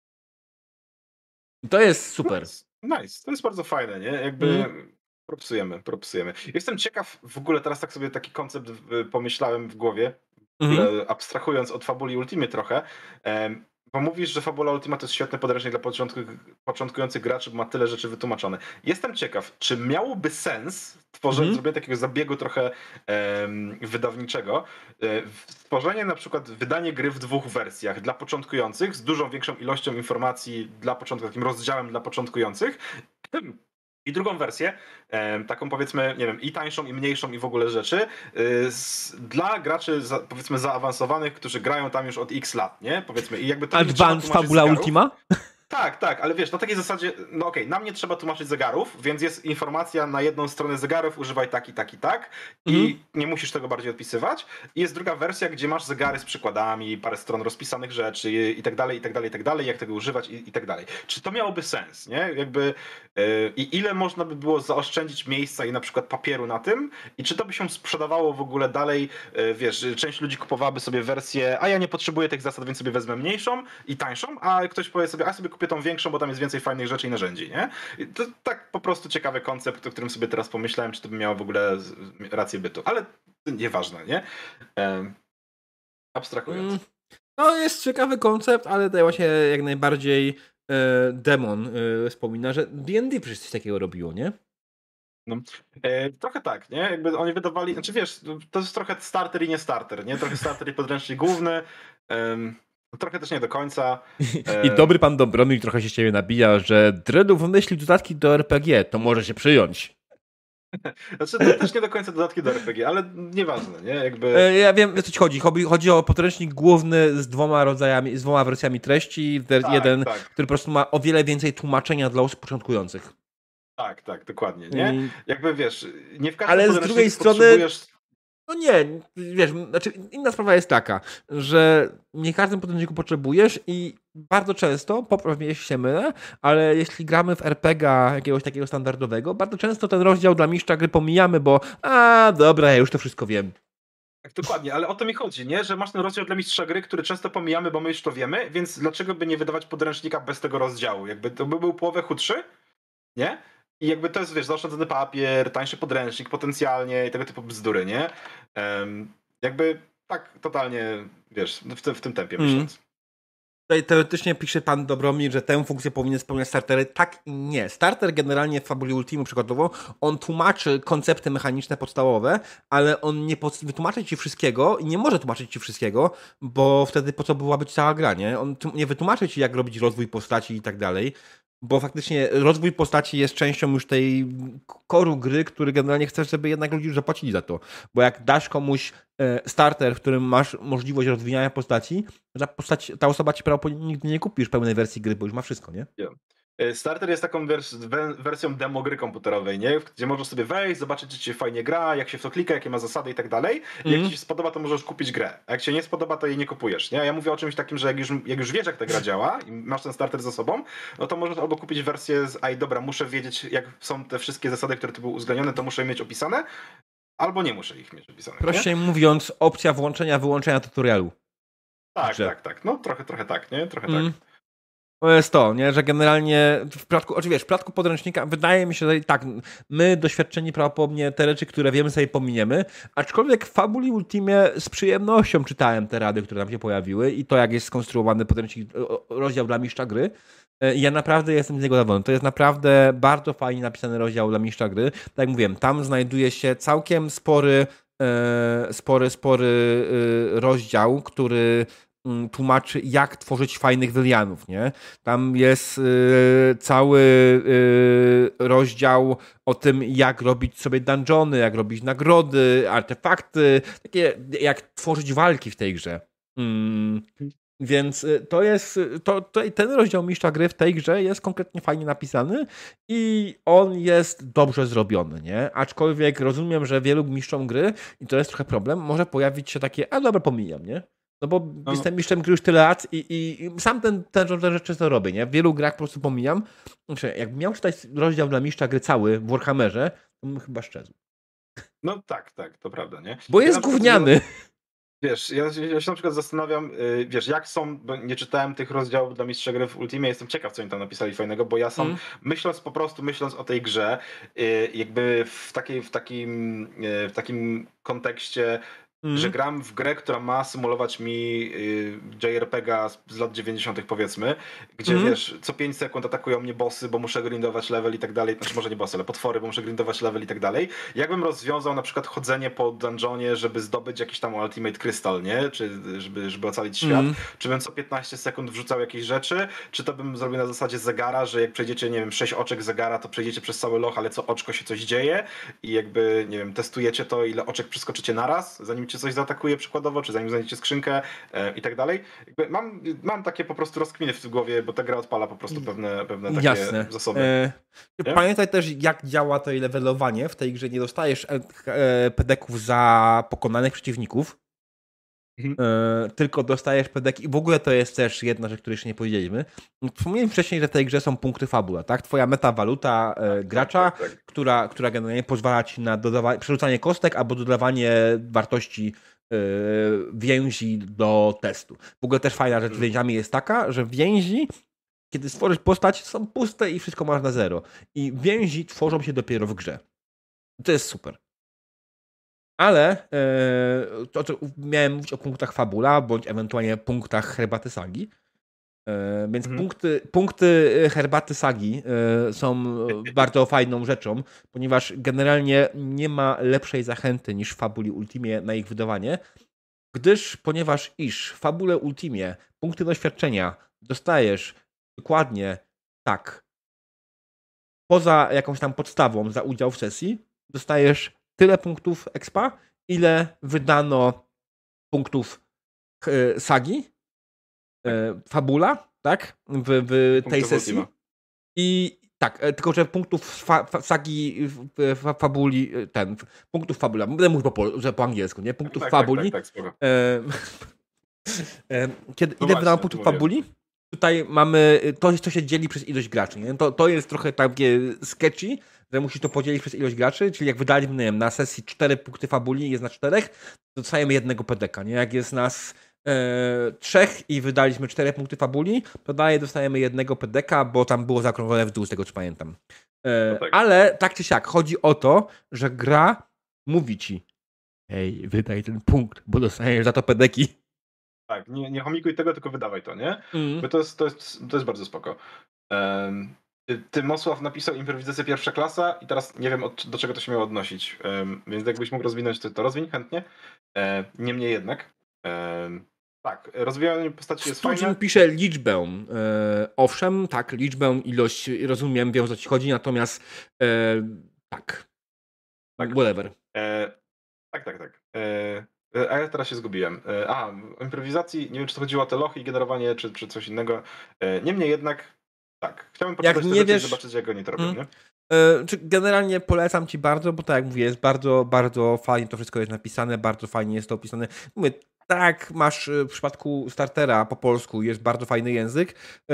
I to jest super. Nice. nice. To jest bardzo fajne, nie? Jakby mm. propsujemy, propsujemy. Jestem ciekaw, w ogóle teraz tak sobie taki koncept pomyślałem w głowie, mm. abstrahując od Fabuli Ultimie trochę, bo mówisz, że Fabula Ultima to jest świetny podręcznik dla początku, początkujących graczy, bo ma tyle rzeczy wytłumaczone. Jestem ciekaw, czy miałoby sens tworzenie, mm. zrobienie takiego zabiegu trochę um, wydawniczego, e, stworzenie na przykład, wydanie gry w dwóch wersjach dla początkujących, z dużą większą ilością informacji dla początku, takim rozdziałem dla początkujących, i drugą wersję, taką powiedzmy, nie wiem, i tańszą, i mniejszą, i w ogóle rzeczy, dla graczy powiedzmy zaawansowanych, którzy grają tam już od x lat, nie? Powiedzmy. I jakby to Advanced Fabula Ultima? Tak, tak, ale wiesz, na takiej zasadzie, no okej, okay, nam nie trzeba tłumaczyć zegarów, więc jest informacja na jedną stronę zegarów, używaj tak i tak i tak i mm. nie musisz tego bardziej odpisywać. I jest druga wersja, gdzie masz zegary z przykładami, parę stron rozpisanych rzeczy i, i tak dalej, i tak dalej, i tak dalej, jak tego używać i, i tak dalej. Czy to miałoby sens, nie? Jakby yy, i ile można by było zaoszczędzić miejsca i na przykład papieru na tym i czy to by się sprzedawało w ogóle dalej, yy, wiesz, część ludzi kupowałaby sobie wersję, a ja nie potrzebuję tych zasad, więc sobie wezmę mniejszą i tańszą, a ktoś powie sobie, a sobie kupię tą większą, bo tam jest więcej fajnych rzeczy i narzędzi, nie? I to tak po prostu ciekawy koncept, o którym sobie teraz pomyślałem, czy to by miało w ogóle rację bytu, ale nieważne, nie? E, abstrahując. Mm, no jest ciekawy koncept, ale tutaj właśnie jak najbardziej e, Demon e, wspomina, że D and D przecież coś takiego robiło, nie? No, e, trochę tak, nie? Jakby oni wydawali, znaczy wiesz, to jest trochę starter i nie starter, nie? Trochę starter i podręcznik główny, e, trochę też nie do końca. I dobry pan Dobromir trochę się z ciebie nabija, że Dredu wymyślił dodatki do er pe gie, to może się przyjąć. Znaczy to też nie do końca dodatki do er pe gie, ale nieważne, nie? Jakby... Ja wiem, o co ci chodzi. Chodzi o podręcznik główny z dwoma rodzajami, z dwoma wersjami treści. Tak, jeden, tak. który po prostu ma o wiele więcej tłumaczenia dla osób początkujących. Tak, tak, dokładnie, nie? I... Jakby wiesz, nie w każdym ale z drugiej strony potrzebujesz... No nie, wiesz, znaczy inna sprawa jest taka, że nie każdym podręczniku potrzebujesz i bardzo często, popraw mnie jeśli się mylę, ale jeśli gramy w er pe gie jakiegoś takiego standardowego, bardzo często ten rozdział dla mistrza gry pomijamy, bo a dobra, ja już to wszystko wiem. Tak, dokładnie, ale o to mi chodzi, nie? Że masz ten rozdział dla mistrza gry, który często pomijamy, bo my już to wiemy, więc dlaczego by nie wydawać podręcznika bez tego rozdziału? Jakby to by był połowę chudszy, nie? I jakby to jest, wiesz, zaoszczędzony papier, tańszy podręcznik potencjalnie i tego typu bzdury, nie? Um, jakby tak totalnie, wiesz, w, tym, w tym tempie mm. myśląc. Tutaj teoretycznie pisze pan Dobromir, że tę funkcję powinien spełniać startery. Tak i nie. Starter generalnie w Fabuli Ultima przykładowo, on tłumaczy koncepty mechaniczne podstawowe, ale on nie wytłumaczy ci wszystkiego i nie może tłumaczyć ci wszystkiego, bo wtedy po co byłaby ci cała gra, nie? On nie wytłumaczy ci, jak robić rozwój postaci i tak dalej. Bo faktycznie rozwój postaci jest częścią już tej koru gry, który generalnie chcesz, żeby jednak ludzie zapłacili za to. Bo jak dasz komuś e, starter, w którym masz możliwość rozwijania postaci, ta, postać, ta osoba ci prawdopodobnie nigdy nie kupisz pełnej wersji gry, bo już ma wszystko, nie? Yeah. Starter jest taką wers wersją demo gry komputerowej, nie? Gdzie możesz sobie wejść, zobaczyć, czy ci się fajnie gra, jak się w to klika, jakie ma zasady i tak dalej. I jak ci się spodoba, to możesz kupić grę. A jak ci się nie spodoba, to jej nie kupujesz, nie? Ja mówię o czymś takim, że jak już, jak już wiesz, jak ta gra działa i masz ten starter za sobą, no to możesz albo kupić wersję z aj dobra, muszę wiedzieć, jak są te wszystkie zasady, które tu były uwzględnione, to muszę je mieć opisane, albo nie muszę ich mieć opisane. Prościej mówiąc, opcja włączenia, wyłączenia tutorialu. Tak, że... tak, tak. No trochę, trochę tak, nie? Trochę mm. tak. To jest to, nie? Że generalnie w przypadku, oczywiście w przypadku podręcznika wydaje mi się, że tak, my doświadczeni prawdopodobnie te rzeczy, które wiemy, sobie pominiemy, aczkolwiek w Fabuli Ultimie z przyjemnością czytałem te rady, które tam się pojawiły i to, jak jest skonstruowany podręcznik, rozdział dla mistrza gry. Ja naprawdę jestem z niego zadowolony. To jest naprawdę bardzo fajnie napisany rozdział dla mistrza gry. Tak jak mówiłem, tam znajduje się całkiem spory, spory, spory rozdział, który tłumaczy, jak tworzyć fajnych wylianów, nie? Tam jest y, cały y, rozdział o tym, jak robić sobie dungeony, jak robić nagrody, artefakty, takie, jak tworzyć walki w tej grze. Mm. Więc to jest, to, to, ten rozdział mistrza gry w tej grze jest konkretnie fajnie napisany i on jest dobrze zrobiony, nie? Aczkolwiek rozumiem, że wielu mistrzom gry, i to jest trochę problem, może pojawić się takie, a dobra, pomijam, nie? No bo no. jestem mistrzem gry już tyle lat i, i, i sam ten, ten rzecz często robię, nie? W wielu grach po prostu pomijam. Znaczy, jakbym miał czytać rozdział dla mistrza gry cały w Warhammerze, to bym chyba szczezł. No tak, tak, to prawda, nie? Bo jest ja gówniany. Wiesz, ja, ja się na przykład zastanawiam, yy, wiesz, jak są, bo nie czytałem tych rozdziałów dla mistrza gry w Ultimie, jestem ciekaw, co oni tam napisali fajnego, bo ja sam mm. myśląc po prostu, myśląc o tej grze, yy, jakby w, takiej, w, takim, yy, w takim kontekście, Mm. że gram w grę, która ma symulować mi y, J R P G z, z lat dziewięćdziesiątych powiedzmy, gdzie mm. wiesz, co pięć sekund atakują mnie bossy, bo muszę grindować level i tak dalej, znaczy może nie bossy, ale potwory, bo muszę grindować level i tak dalej. Jakbym rozwiązał na przykład chodzenie po dungeonie, żeby zdobyć jakiś tam Ultimate Crystal, nie? Czy żeby, żeby ocalić świat, mm. czy bym co piętnaście sekund wrzucał jakieś rzeczy, czy to bym zrobił na zasadzie zegara, że jak przejdziecie, nie wiem, sześć oczek zegara, to przejdziecie przez cały loch, ale co oczko się coś dzieje i jakby, nie wiem, testujecie to, ile oczek przeskoczycie naraz, zanim cię coś zaatakuje przykładowo, czy zanim znajdziecie skrzynkę e, i tak dalej. Jakby mam, mam takie po prostu rozkminy w głowie, bo ta gra odpala po prostu pewne, pewne takie Jasne. zasoby. E, pamiętaj też, jak działa to levelowanie. W tej grze nie dostajesz e, pedeków za pokonanych przeciwników, mhm. e, tylko dostajesz pedeki. I w ogóle to jest też jedna rzecz, której jeszcze nie powiedzieliśmy. Wspomniałem wcześniej, że w tej grze są punkty fabula, tak? Twoja metawaluta e, tak, gracza, tak, tak, tak. Która, która generalnie pozwala ci na dodawa- przerzucanie kostek albo dodawanie wartości więzi do testu. W ogóle też fajna rzecz z więziami jest taka, że więzi, kiedy stworzysz postać, są puste i wszystko masz na zero. I więzi tworzą się dopiero w grze. To jest super. Ale e, to, to miałem mówić o punktach fabula, bądź ewentualnie punktach herbaty sagi. E, więc mhm. punkty, punkty herbaty sagi e, są bardzo fajną rzeczą, ponieważ generalnie nie ma lepszej zachęty niż w Fabuli Ultimie na ich wydawanie, gdyż, ponieważ iż w Fabule Ultimie punkty doświadczenia dostajesz dokładnie tak, poza jakąś tam podstawą za udział w sesji, dostajesz tyle punktów expa, ile wydano punktów e, sagi, e, fabula, tak, w, w tej sesji. Ultima. I tak, tylko że punktów fa, fa, sagi, fa, fabuli, ten, punktów fabula, będę mówił po, że po angielsku, nie? Punktów tak, fabuli. Tak, tak, tak, e, e, kiedy, no ile wydano punktów fabuli? Tutaj mamy, to jest, co się dzieli przez ilość graczy, nie? To, to jest trochę takie sketchy, że musisz to podzielić przez ilość graczy, czyli jak wydaliśmy, nie wiem, na sesji cztery punkty fabuli, jest na czterech, to dostajemy jednego pedeka, nie? Jak jest nas e, trzech i wydaliśmy cztery punkty fabuli, to dalej dostajemy jednego pedeka, bo tam było zaokrąglone w dół, z tego co pamiętam. E, no tak. Ale tak czy siak, chodzi o to, że gra mówi ci, hej, wydaj ten punkt, bo dostajesz za to pedeki. Tak, nie, nie chomikuj tego, tylko wydawaj to, nie? Mm. Bo to jest, to, jest, to jest bardzo spoko. Um, Tymosław napisał improwizację pierwsza klasa i teraz nie wiem, od, do czego to się miało odnosić. Um, więc jakbyś mógł rozwinąć, to, to rozwiń chętnie. Um, niemniej jednak, um, Tak, rozwijanie postaci jest Studzin fajne. pisze liczbę. E, owszem, tak, liczbę, ilość, rozumiem, wiem o co ci chodzi, natomiast e, tak. Tak. Whatever. E, tak, tak, tak. E, a ja teraz się zgubiłem. E, a, o improwizacji, nie wiem, czy to chodziło o te lochy i generowanie, czy, czy coś innego. E, niemniej jednak, tak, chciałbym poczytać te nie rzeczy wiesz... i zobaczyć, jak oni to robią, hmm. nie? Czy generalnie polecam ci bardzo, bo tak jak mówię, jest bardzo, bardzo fajnie to wszystko jest napisane, bardzo fajnie jest to opisane. Mówię, tak, masz w przypadku startera po polsku jest bardzo fajny język.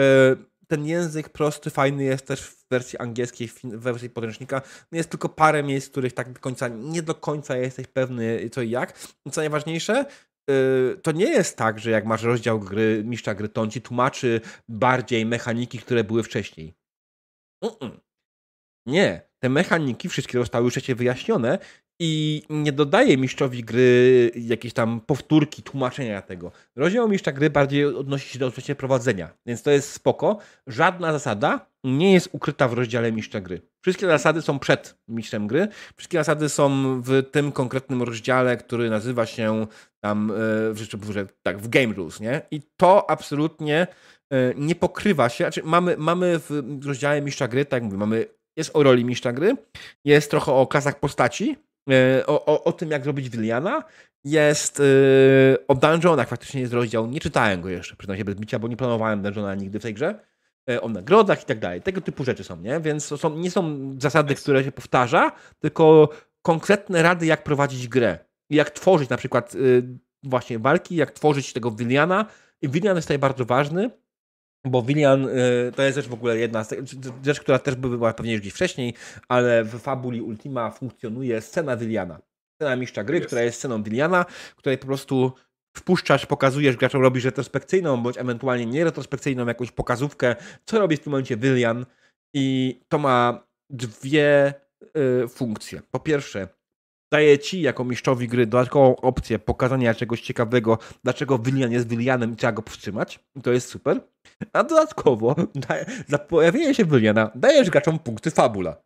Ten język prosty, fajny jest też w wersji angielskiej, w wersji podręcznika. Jest tylko parę miejsc, w których tak do końca, nie do końca jesteś pewny co i jak. Co najważniejsze, to nie jest tak, że jak masz rozdział gry, mistrza gry, to on ci tłumaczy bardziej mechaniki, które były wcześniej. Mm-mm. Nie, te mechaniki wszystkie zostały już przecież wyjaśnione i nie dodaje mistrzowi gry jakieś tam powtórki, tłumaczenia tego. Rozdział mistrza gry bardziej odnosi się do przecież prowadzenia, więc to jest spoko. Żadna zasada nie jest ukryta w rozdziale mistrza gry. Wszystkie zasady są przed mistrzem gry, wszystkie zasady są w tym konkretnym rozdziale, który nazywa się tam w, tak, w Game Rules, nie? I to absolutnie nie pokrywa się. Znaczy mamy, mamy w rozdziale mistrza gry, tak jak mówię, mamy jest o roli mistrza gry, jest trochę o klasach postaci, o, o, o tym, jak zrobić Williana, jest yy, o dungeonach, faktycznie jest rozdział, nie czytałem go jeszcze, przyznam się bez bicia, bo nie planowałem dungeona nigdy w tej grze, yy, o nagrodach i tak dalej, tego typu rzeczy są, nie? Więc to są, nie są zasady, które się powtarza, tylko konkretne rady, jak prowadzić grę, jak tworzyć na przykład yy, właśnie walki, jak tworzyć tego Williana, i Willian jest tutaj bardzo ważny, bo Willian to jest też w ogóle jedna z rzeczy, która też była pewnie już gdzieś wcześniej, ale w Fabuli Ultima funkcjonuje scena Williana. Scena mistrza gry, jest. która jest sceną Williana, której po prostu wpuszczasz, pokazujesz graczom, robisz retrospekcyjną, bądź ewentualnie nie retrospekcyjną jakąś pokazówkę, co robi w tym momencie Willian. I to ma dwie y, funkcje. Po pierwsze, daje ci jako mistrzowi gry dodatkową opcję pokazania czegoś ciekawego, dlaczego Willian jest Willianem i trzeba go powstrzymać. I to jest super. A dodatkowo daje, za pojawienie się Williana dajesz graczom punkty fabula.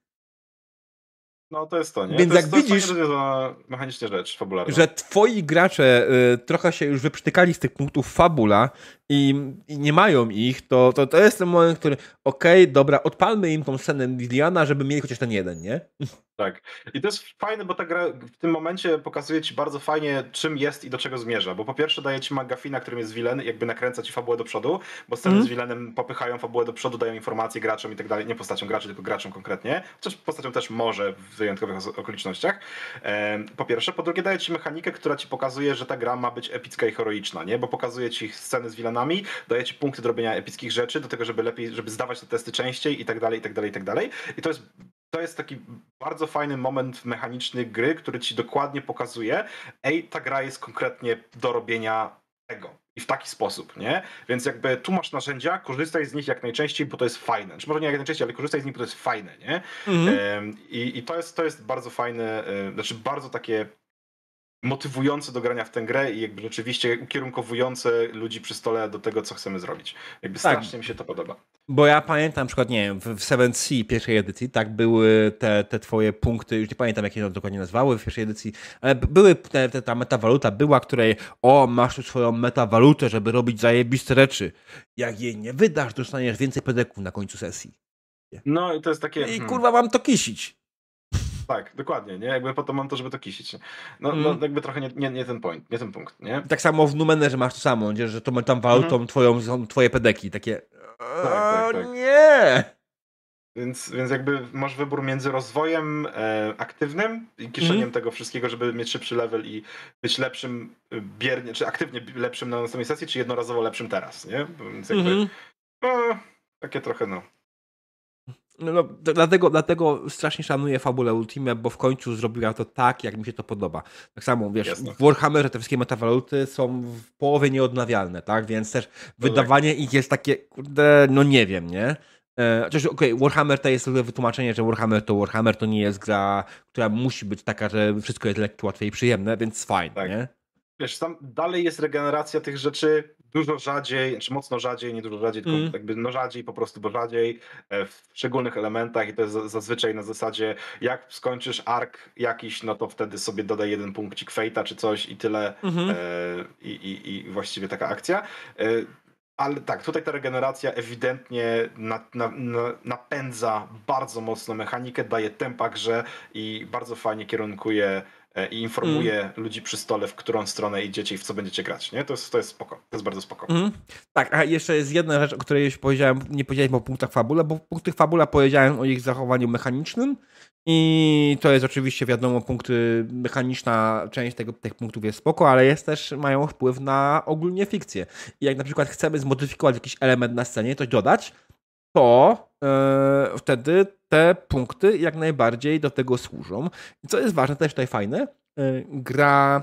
No to jest to, nie? Więc to jak jest, widzisz, to jest mechanicznie rzecz fabularna. Że twoi gracze y, trochę się już wyprztykali z tych punktów fabula i, i nie mają ich, to, to, to jest ten moment, który okej, okay, dobra, odpalmy im tą scenę Williana, żeby mieli chociaż ten jeden, nie? Tak. I to jest fajne, bo ta gra w tym momencie pokazuje ci bardzo fajnie, czym jest i do czego zmierza. Bo po pierwsze daje ci McGuffina, którym jest villain, jakby nakręca ci fabułę do przodu, bo sceny mm. z villainem popychają fabułę do przodu, dają informacje graczom i tak dalej. Nie postaciom graczy, tylko graczom konkretnie. Chociaż postaciom też może w wyjątkowych okolicznościach. Po pierwsze. Po drugie daje ci mechanikę, która ci pokazuje, że ta gra ma być epicka i heroiczna, nie? Bo pokazuje ci sceny z villainami, daje ci punkty do robienia epickich rzeczy, do tego, żeby lepiej, żeby zdawać te testy częściej i tak dalej, i tak dalej, i tak dalej. I to jest To jest taki bardzo fajny moment mechaniczny gry, który ci dokładnie pokazuje, ej, ta gra jest konkretnie do robienia tego. I w taki sposób, nie? Więc jakby tu masz narzędzia, korzystaj z nich jak najczęściej, bo to jest fajne. Czy może nie jak najczęściej, ale korzystaj z nich, bo to jest fajne, nie? Mhm. I, i to, jest, to jest bardzo fajne, znaczy bardzo takie motywujące do grania w tę grę i jakby rzeczywiście ukierunkowujące ludzi przy stole do tego, co chcemy zrobić. Jakby tak. Strasznie mi się to podoba. Bo ja pamiętam na przykład, nie wiem, w Seven Sea pierwszej edycji, tak, były te, te twoje punkty, już nie pamiętam, jakie to dokładnie nazwały w pierwszej edycji, ale były te, te, ta metawaluta była, której o, masz tu swoją metawalutę, żeby robić zajebiste rzeczy. Jak jej nie wydasz, dostaniesz więcej pedeków na końcu sesji. No i to jest takie... I hmm. kurwa, mam to kisić. Tak, dokładnie, nie? Jakby po to mam to, żeby to kisić. No, mm. no jakby trochę nie, nie, nie ten point, nie ten punkt, nie? Tak samo w Numenerze masz to samo, nie? Że to tam walutą mm. twoją są twoje pedeki, takie tak, tak, tak. nie! Więc, więc jakby masz wybór między rozwojem e, aktywnym i kiszeniem mm. tego wszystkiego, żeby mieć szybszy level i być lepszym biernie, czy aktywnie lepszym na następnej sesji, czy jednorazowo lepszym teraz, nie? Więc jakby mm. no, takie trochę no. No, no, dlatego, dlatego strasznie szanuję Fabulę Ultimate, bo w końcu zrobiła to tak, jak mi się to podoba. Tak samo, wiesz, Jasne. w Warhammerze te wszystkie metawaluty są w połowie nieodnawialne, tak? Więc też no wydawanie tak. ich jest takie, kurde, no nie wiem, nie? Chociaż okej, okay, Warhammer to jest wytłumaczenie, że Warhammer to Warhammer, to nie jest gra, która musi być taka, że wszystko jest lekkie, łatwe i przyjemne, więc fajnie, tak. nie? Wiesz, tam dalej jest regeneracja tych rzeczy dużo rzadziej, czy mocno rzadziej, nie dużo rzadziej, tylko Mm. jakby no rzadziej po prostu, bo rzadziej e, w szczególnych elementach i to jest za- zazwyczaj na zasadzie jak skończysz ark jakiś, no to wtedy sobie dodaj jeden punkcik fejta czy coś i tyle Mhm. e, i, i, i właściwie taka akcja. E, ale tak, tutaj ta regeneracja ewidentnie na, na, na, napędza bardzo mocno mechanikę, daje tempa grze i bardzo fajnie kierunkuje e, i informuje Mm. ludzi przy stole, w którą stronę idziecie i w co będziecie grać, nie? To jest, to jest spoko, to jest bardzo spoko. Mhm. Tak, a jeszcze jest jedna rzecz, o której już powiedziałem, nie powiedziałem o punktach fabula, bo w punktach fabula powiedziałem o ich zachowaniu mechanicznym i to jest oczywiście, wiadomo, punkty, mechaniczna część tego, tych punktów jest spoko, ale jest też, mają wpływ na ogólnie fikcję. I jak na przykład chcemy zmodyfikować jakiś element na scenie, coś dodać, to e, wtedy te punkty jak najbardziej do tego służą. I co jest ważne, też tutaj fajne, e, gra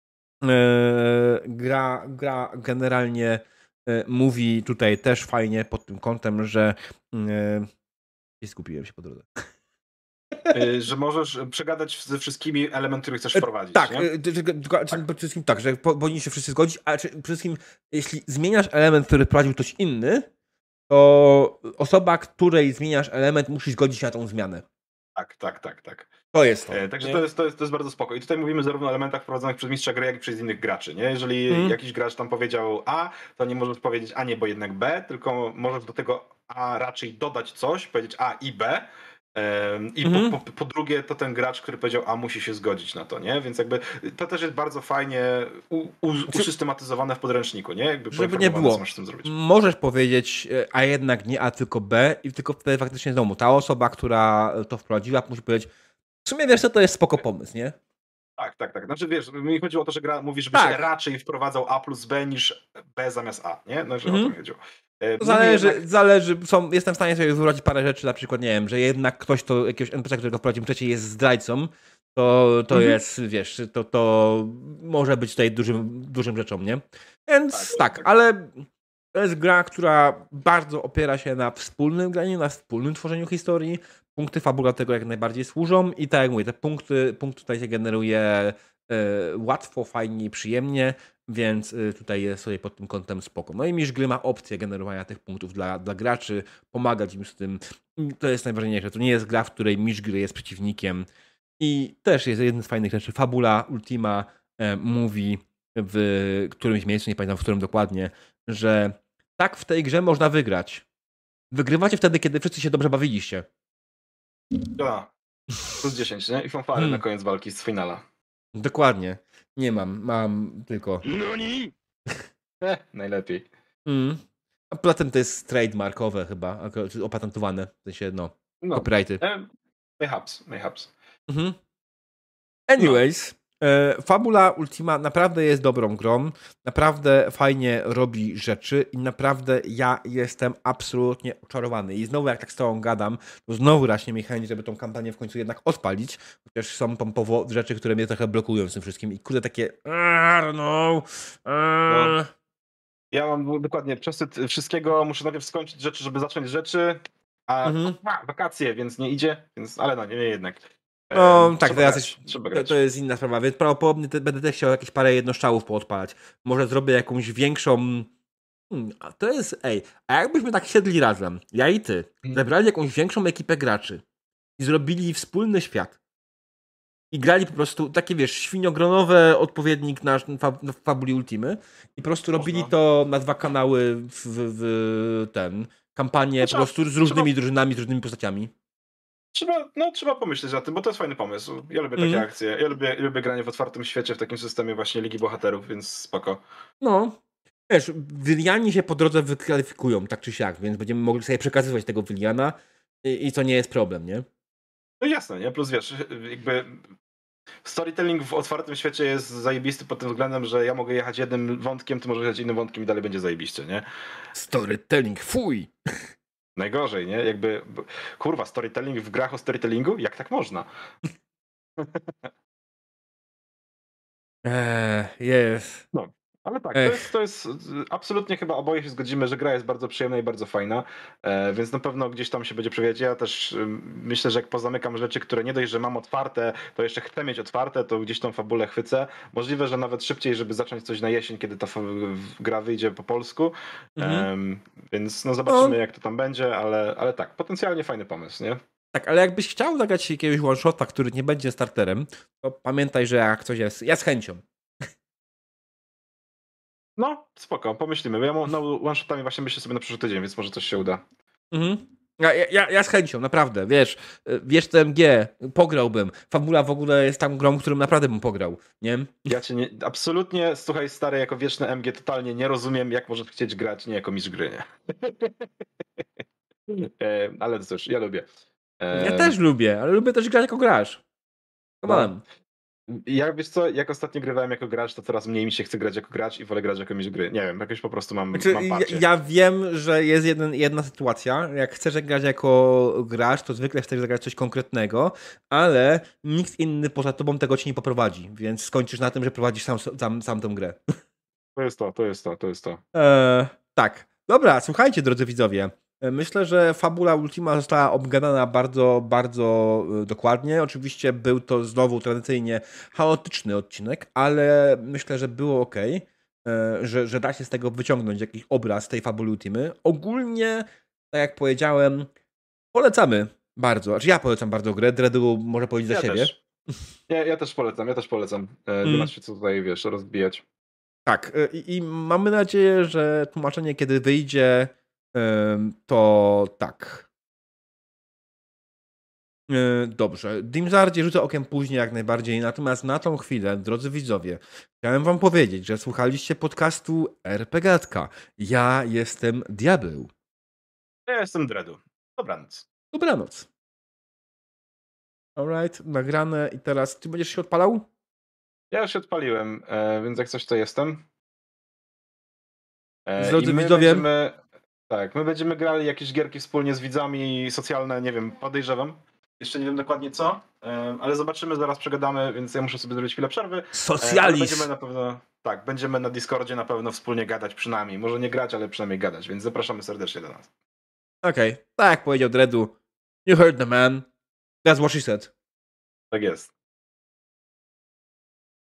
e, gra, gra generalnie e, mówi tutaj też fajnie pod tym kątem, że e, i skupiłem się po drodze. Y, że możesz przegadać ze wszystkimi elementami, które chcesz wprowadzić, Tak, nie? e, ty- ty- tylko- czy przede wszystkim tak, że po- powinni się wszyscy zgodzić, ale czy, przede wszystkim jeśli zmieniasz element, który wprowadził ktoś inny, to osoba, której zmieniasz element, musi zgodzić się na tą zmianę. Tak, tak, tak, tak. To jest to. E, Także nie? to jest, to, jest, to jest bardzo spoko. I tutaj mówimy zarówno o elementach wprowadzonych przez mistrza gry, jak i przez innych graczy, nie? Jeżeli Mhm. jakiś gracz tam powiedział A, to nie możesz powiedzieć A nie, bo jednak B, tylko możesz do tego A raczej dodać coś, powiedzieć A i B. Em, I Mhm. po, po, po drugie, to ten gracz, który powiedział A, musi się zgodzić na to, nie? Więc jakby to też jest bardzo fajnie u, u, usystematyzowane w podręczniku, nie? Jakby Żeby nie poinformowane, było. co masz z tym zrobić. Możesz powiedzieć e, A jednak nie A, tylko B i tylko wtedy faktycznie znowu ta osoba, która to wprowadziła, musi powiedzieć w sumie wiesz co, to jest spoko pomysł, nie? Tak, tak, tak. Znaczy wiesz, mi chodziło o to, że gra mówi, żebyś Tak. raczej wprowadzał A plus B niż B zamiast A, nie? Znaczy Mhm. o to mi chodziło. E, To niemniej zależy, jednak- zależy są, jestem w stanie sobie wyobrazić parę rzeczy, na przykład, nie wiem, że jednak ktoś, to jakiegoś N P C, którego wprowadził trzeci jest zdrajcą, to, to Mhm. jest, wiesz, to, to może być tutaj dużym, dużym rzeczą, nie? Więc Tak, tak, tak. ale to jest gra, która bardzo opiera się na wspólnym graniu, na wspólnym tworzeniu historii. Punkty fabula tego jak najbardziej służą i tak jak mówię, te punkty, punkt tutaj się generuje e, łatwo, fajnie i przyjemnie, więc e, tutaj jest sobie pod tym kątem spoko. No i mistrz gry ma opcję generowania tych punktów dla, dla graczy, pomagać im z tym. I to jest najważniejsze. To nie jest gra, w której mistrz gry jest przeciwnikiem. I też jest jedna z fajnych rzeczy. Fabula Ultima e, mówi w którymś miejscu, nie pamiętam w którym dokładnie, że tak w tej grze można wygrać. Wygrywacie wtedy, kiedy wszyscy się dobrze bawiliście. Ja. Plus dziesięć, nie? I fanfary Hmm. na koniec walki z finala. Dokładnie. Nie mam, mam tylko. Noni? Eh, najlepiej. Mm. A poza tym to jest trademarkowe chyba, akurat, czy opatentowane. W sensie, no, No. copyrighty. E, mayhaps, mayhaps. Mhm. Anyways, e, Fabula Ultima naprawdę jest dobrą grą, naprawdę fajnie robi rzeczy i naprawdę ja jestem absolutnie oczarowany. I znowu jak tak z tobą gadam, to znowu raśnie mi chęć, żeby tą kampanię w końcu jednak odpalić, chociaż są tam powo- rzeczy, które mnie trochę blokują z tym wszystkim i kurde takie I don't know. No. Ja mam dokładnie przesyt wszystkiego, muszę najpierw skończyć rzeczy, żeby zacząć rzeczy, a, Mhm. a wakacje, więc nie idzie, więc, ale no, nie, nie jednak. E, No tak, trzeba teraz grać, jest, trzeba to, grać. to jest inna sprawa, więc prawdopodobnie te, będę też chciał jakieś parę jednoszczałów poodpalać. Może zrobię jakąś większą... Hmm, a to jest, ej, a jakbyśmy tak siedli razem, ja i ty, Mhm. zebrali jakąś większą ekipę graczy i zrobili wspólny świat i grali po prostu takie, wiesz, świniogronowe odpowiednik na, fa, na Fabuli Ultimy i po prostu robili Można. to na dwa kanały w, w, w ten, kampanię No po trzeba- prostu z różnymi trzeba- drużynami, z różnymi postaciami. Trzeba, no, trzeba pomyśleć o tym, bo to jest fajny pomysł. Ja lubię takie Mhm. akcje. Ja lubię, lubię granie w otwartym świecie w takim systemie właśnie Ligi Bohaterów, więc spoko. No. Wiesz, Wyliani się po drodze wykwalifikują, tak czy siak, więc będziemy mogli sobie przekazywać tego Wyliana i, i to nie jest problem, nie? No jasne, nie? Plus wiesz, jakby storytelling w otwartym świecie jest zajebisty pod tym względem, że ja mogę jechać jednym wątkiem, ty możesz jechać innym wątkiem i dalej będzie zajebiście, nie? Storytelling, fuj! Najgorzej, nie? Jakby, b- kurwa, storytelling w grach o storytellingu? Jak tak można? Eee, jest. Ale tak, to Ech. jest, to jest absolutnie chyba oboje się zgodzimy, że gra jest bardzo przyjemna i bardzo fajna, e, więc na pewno gdzieś tam się będzie przewijać. Ja też y, myślę, że jak pozamykam rzeczy, które nie dość, że mam otwarte, to jeszcze chcę mieć otwarte, to gdzieś tą fabulę chwycę. Możliwe, że nawet szybciej, żeby zacząć coś na jesień, kiedy ta gra wyjdzie po polsku. Mhm. Um, więc no zobaczymy, No. jak to tam będzie, ale, ale tak, potencjalnie fajny pomysł, nie? Tak, ale jakbyś chciał zagrać jakiegoś one-shota, który nie będzie starterem, to pamiętaj, że jak coś jest, ja z chęcią. No, spoko, pomyślimy. Ja no, one-shotami właśnie myślę sobie na przyszły tydzień, więc może coś się uda. Mhm. Ja, ja, ja z chęcią, naprawdę, wiesz, wiesz, T M G, pograłbym. Fabula w ogóle jest tam grą, którym naprawdę bym pograł, nie? Ja cię nie, absolutnie, słuchaj stary, jako wieczny M G totalnie nie rozumiem, jak możesz chcieć grać nie jako mistrz gry, nie? e, ale to cóż, ja lubię. E, Ja też lubię, ale lubię też grać jako gracz. Come no. on. Ja, wiesz co, jak ostatnio grywałem jako gracz, to coraz mniej mi się chce grać jako gracz i wolę grać jako mistrz gry. Nie wiem, jakoś po prostu mam, Znaczy, mam ja, parcie. ja wiem, że jest jeden, jedna sytuacja. Jak chcesz grać jako gracz, to zwykle chcesz zagrać coś konkretnego, ale nikt inny poza tobą tego ci nie poprowadzi, więc skończysz na tym, że prowadzisz sam, sam, sam tę grę. To jest to, to jest to, to jest to. Eee, tak. Dobra, słuchajcie, drodzy widzowie. Myślę, że Fabula Ultima została obgadana bardzo, bardzo dokładnie. Oczywiście był to znowu tradycyjnie chaotyczny odcinek, ale myślę, że było ok, że, że da się z tego wyciągnąć jakiś obraz tej Fabuly Ultimy. Ogólnie, tak jak powiedziałem, polecamy bardzo. Znaczy ja polecam bardzo grę, Dredu może powiedzieć za Ja siebie. też. Ja, ja też polecam, ja też polecam. E, nie Mm. ma się co tutaj, wiesz, rozbijać. Tak, i, i mamy nadzieję, że tłumaczenie, kiedy wyjdzie, to tak. Dobrze. Dimzardzie rzucę okiem później jak najbardziej, natomiast na tą chwilę, drodzy widzowie, chciałem wam powiedzieć, że słuchaliście podcastu RPGatka. Ja jestem Diabeł. Ja jestem Dredu. Dobranoc. Dobranoc. Alright, nagrane i teraz ty będziesz się odpalał? Ja już się odpaliłem, e, więc jak coś to jestem. E, Drodzy i my widzowie. Będziemy, tak, my będziemy grali jakieś gierki wspólnie z widzami socjalne, nie wiem, podejrzewam. Jeszcze nie wiem dokładnie co, e, ale zobaczymy, zaraz przegadamy, więc ja muszę sobie zrobić chwilę przerwy. Socjalizm. E, będziemy na pewno, tak, będziemy na Discordzie na pewno wspólnie gadać przynajmniej. Może nie grać, ale przynajmniej gadać, więc zapraszamy serdecznie do nas. Okej, okay. Tak jak powiedział Dredu. You heard the man. That's what she said. Tak jest.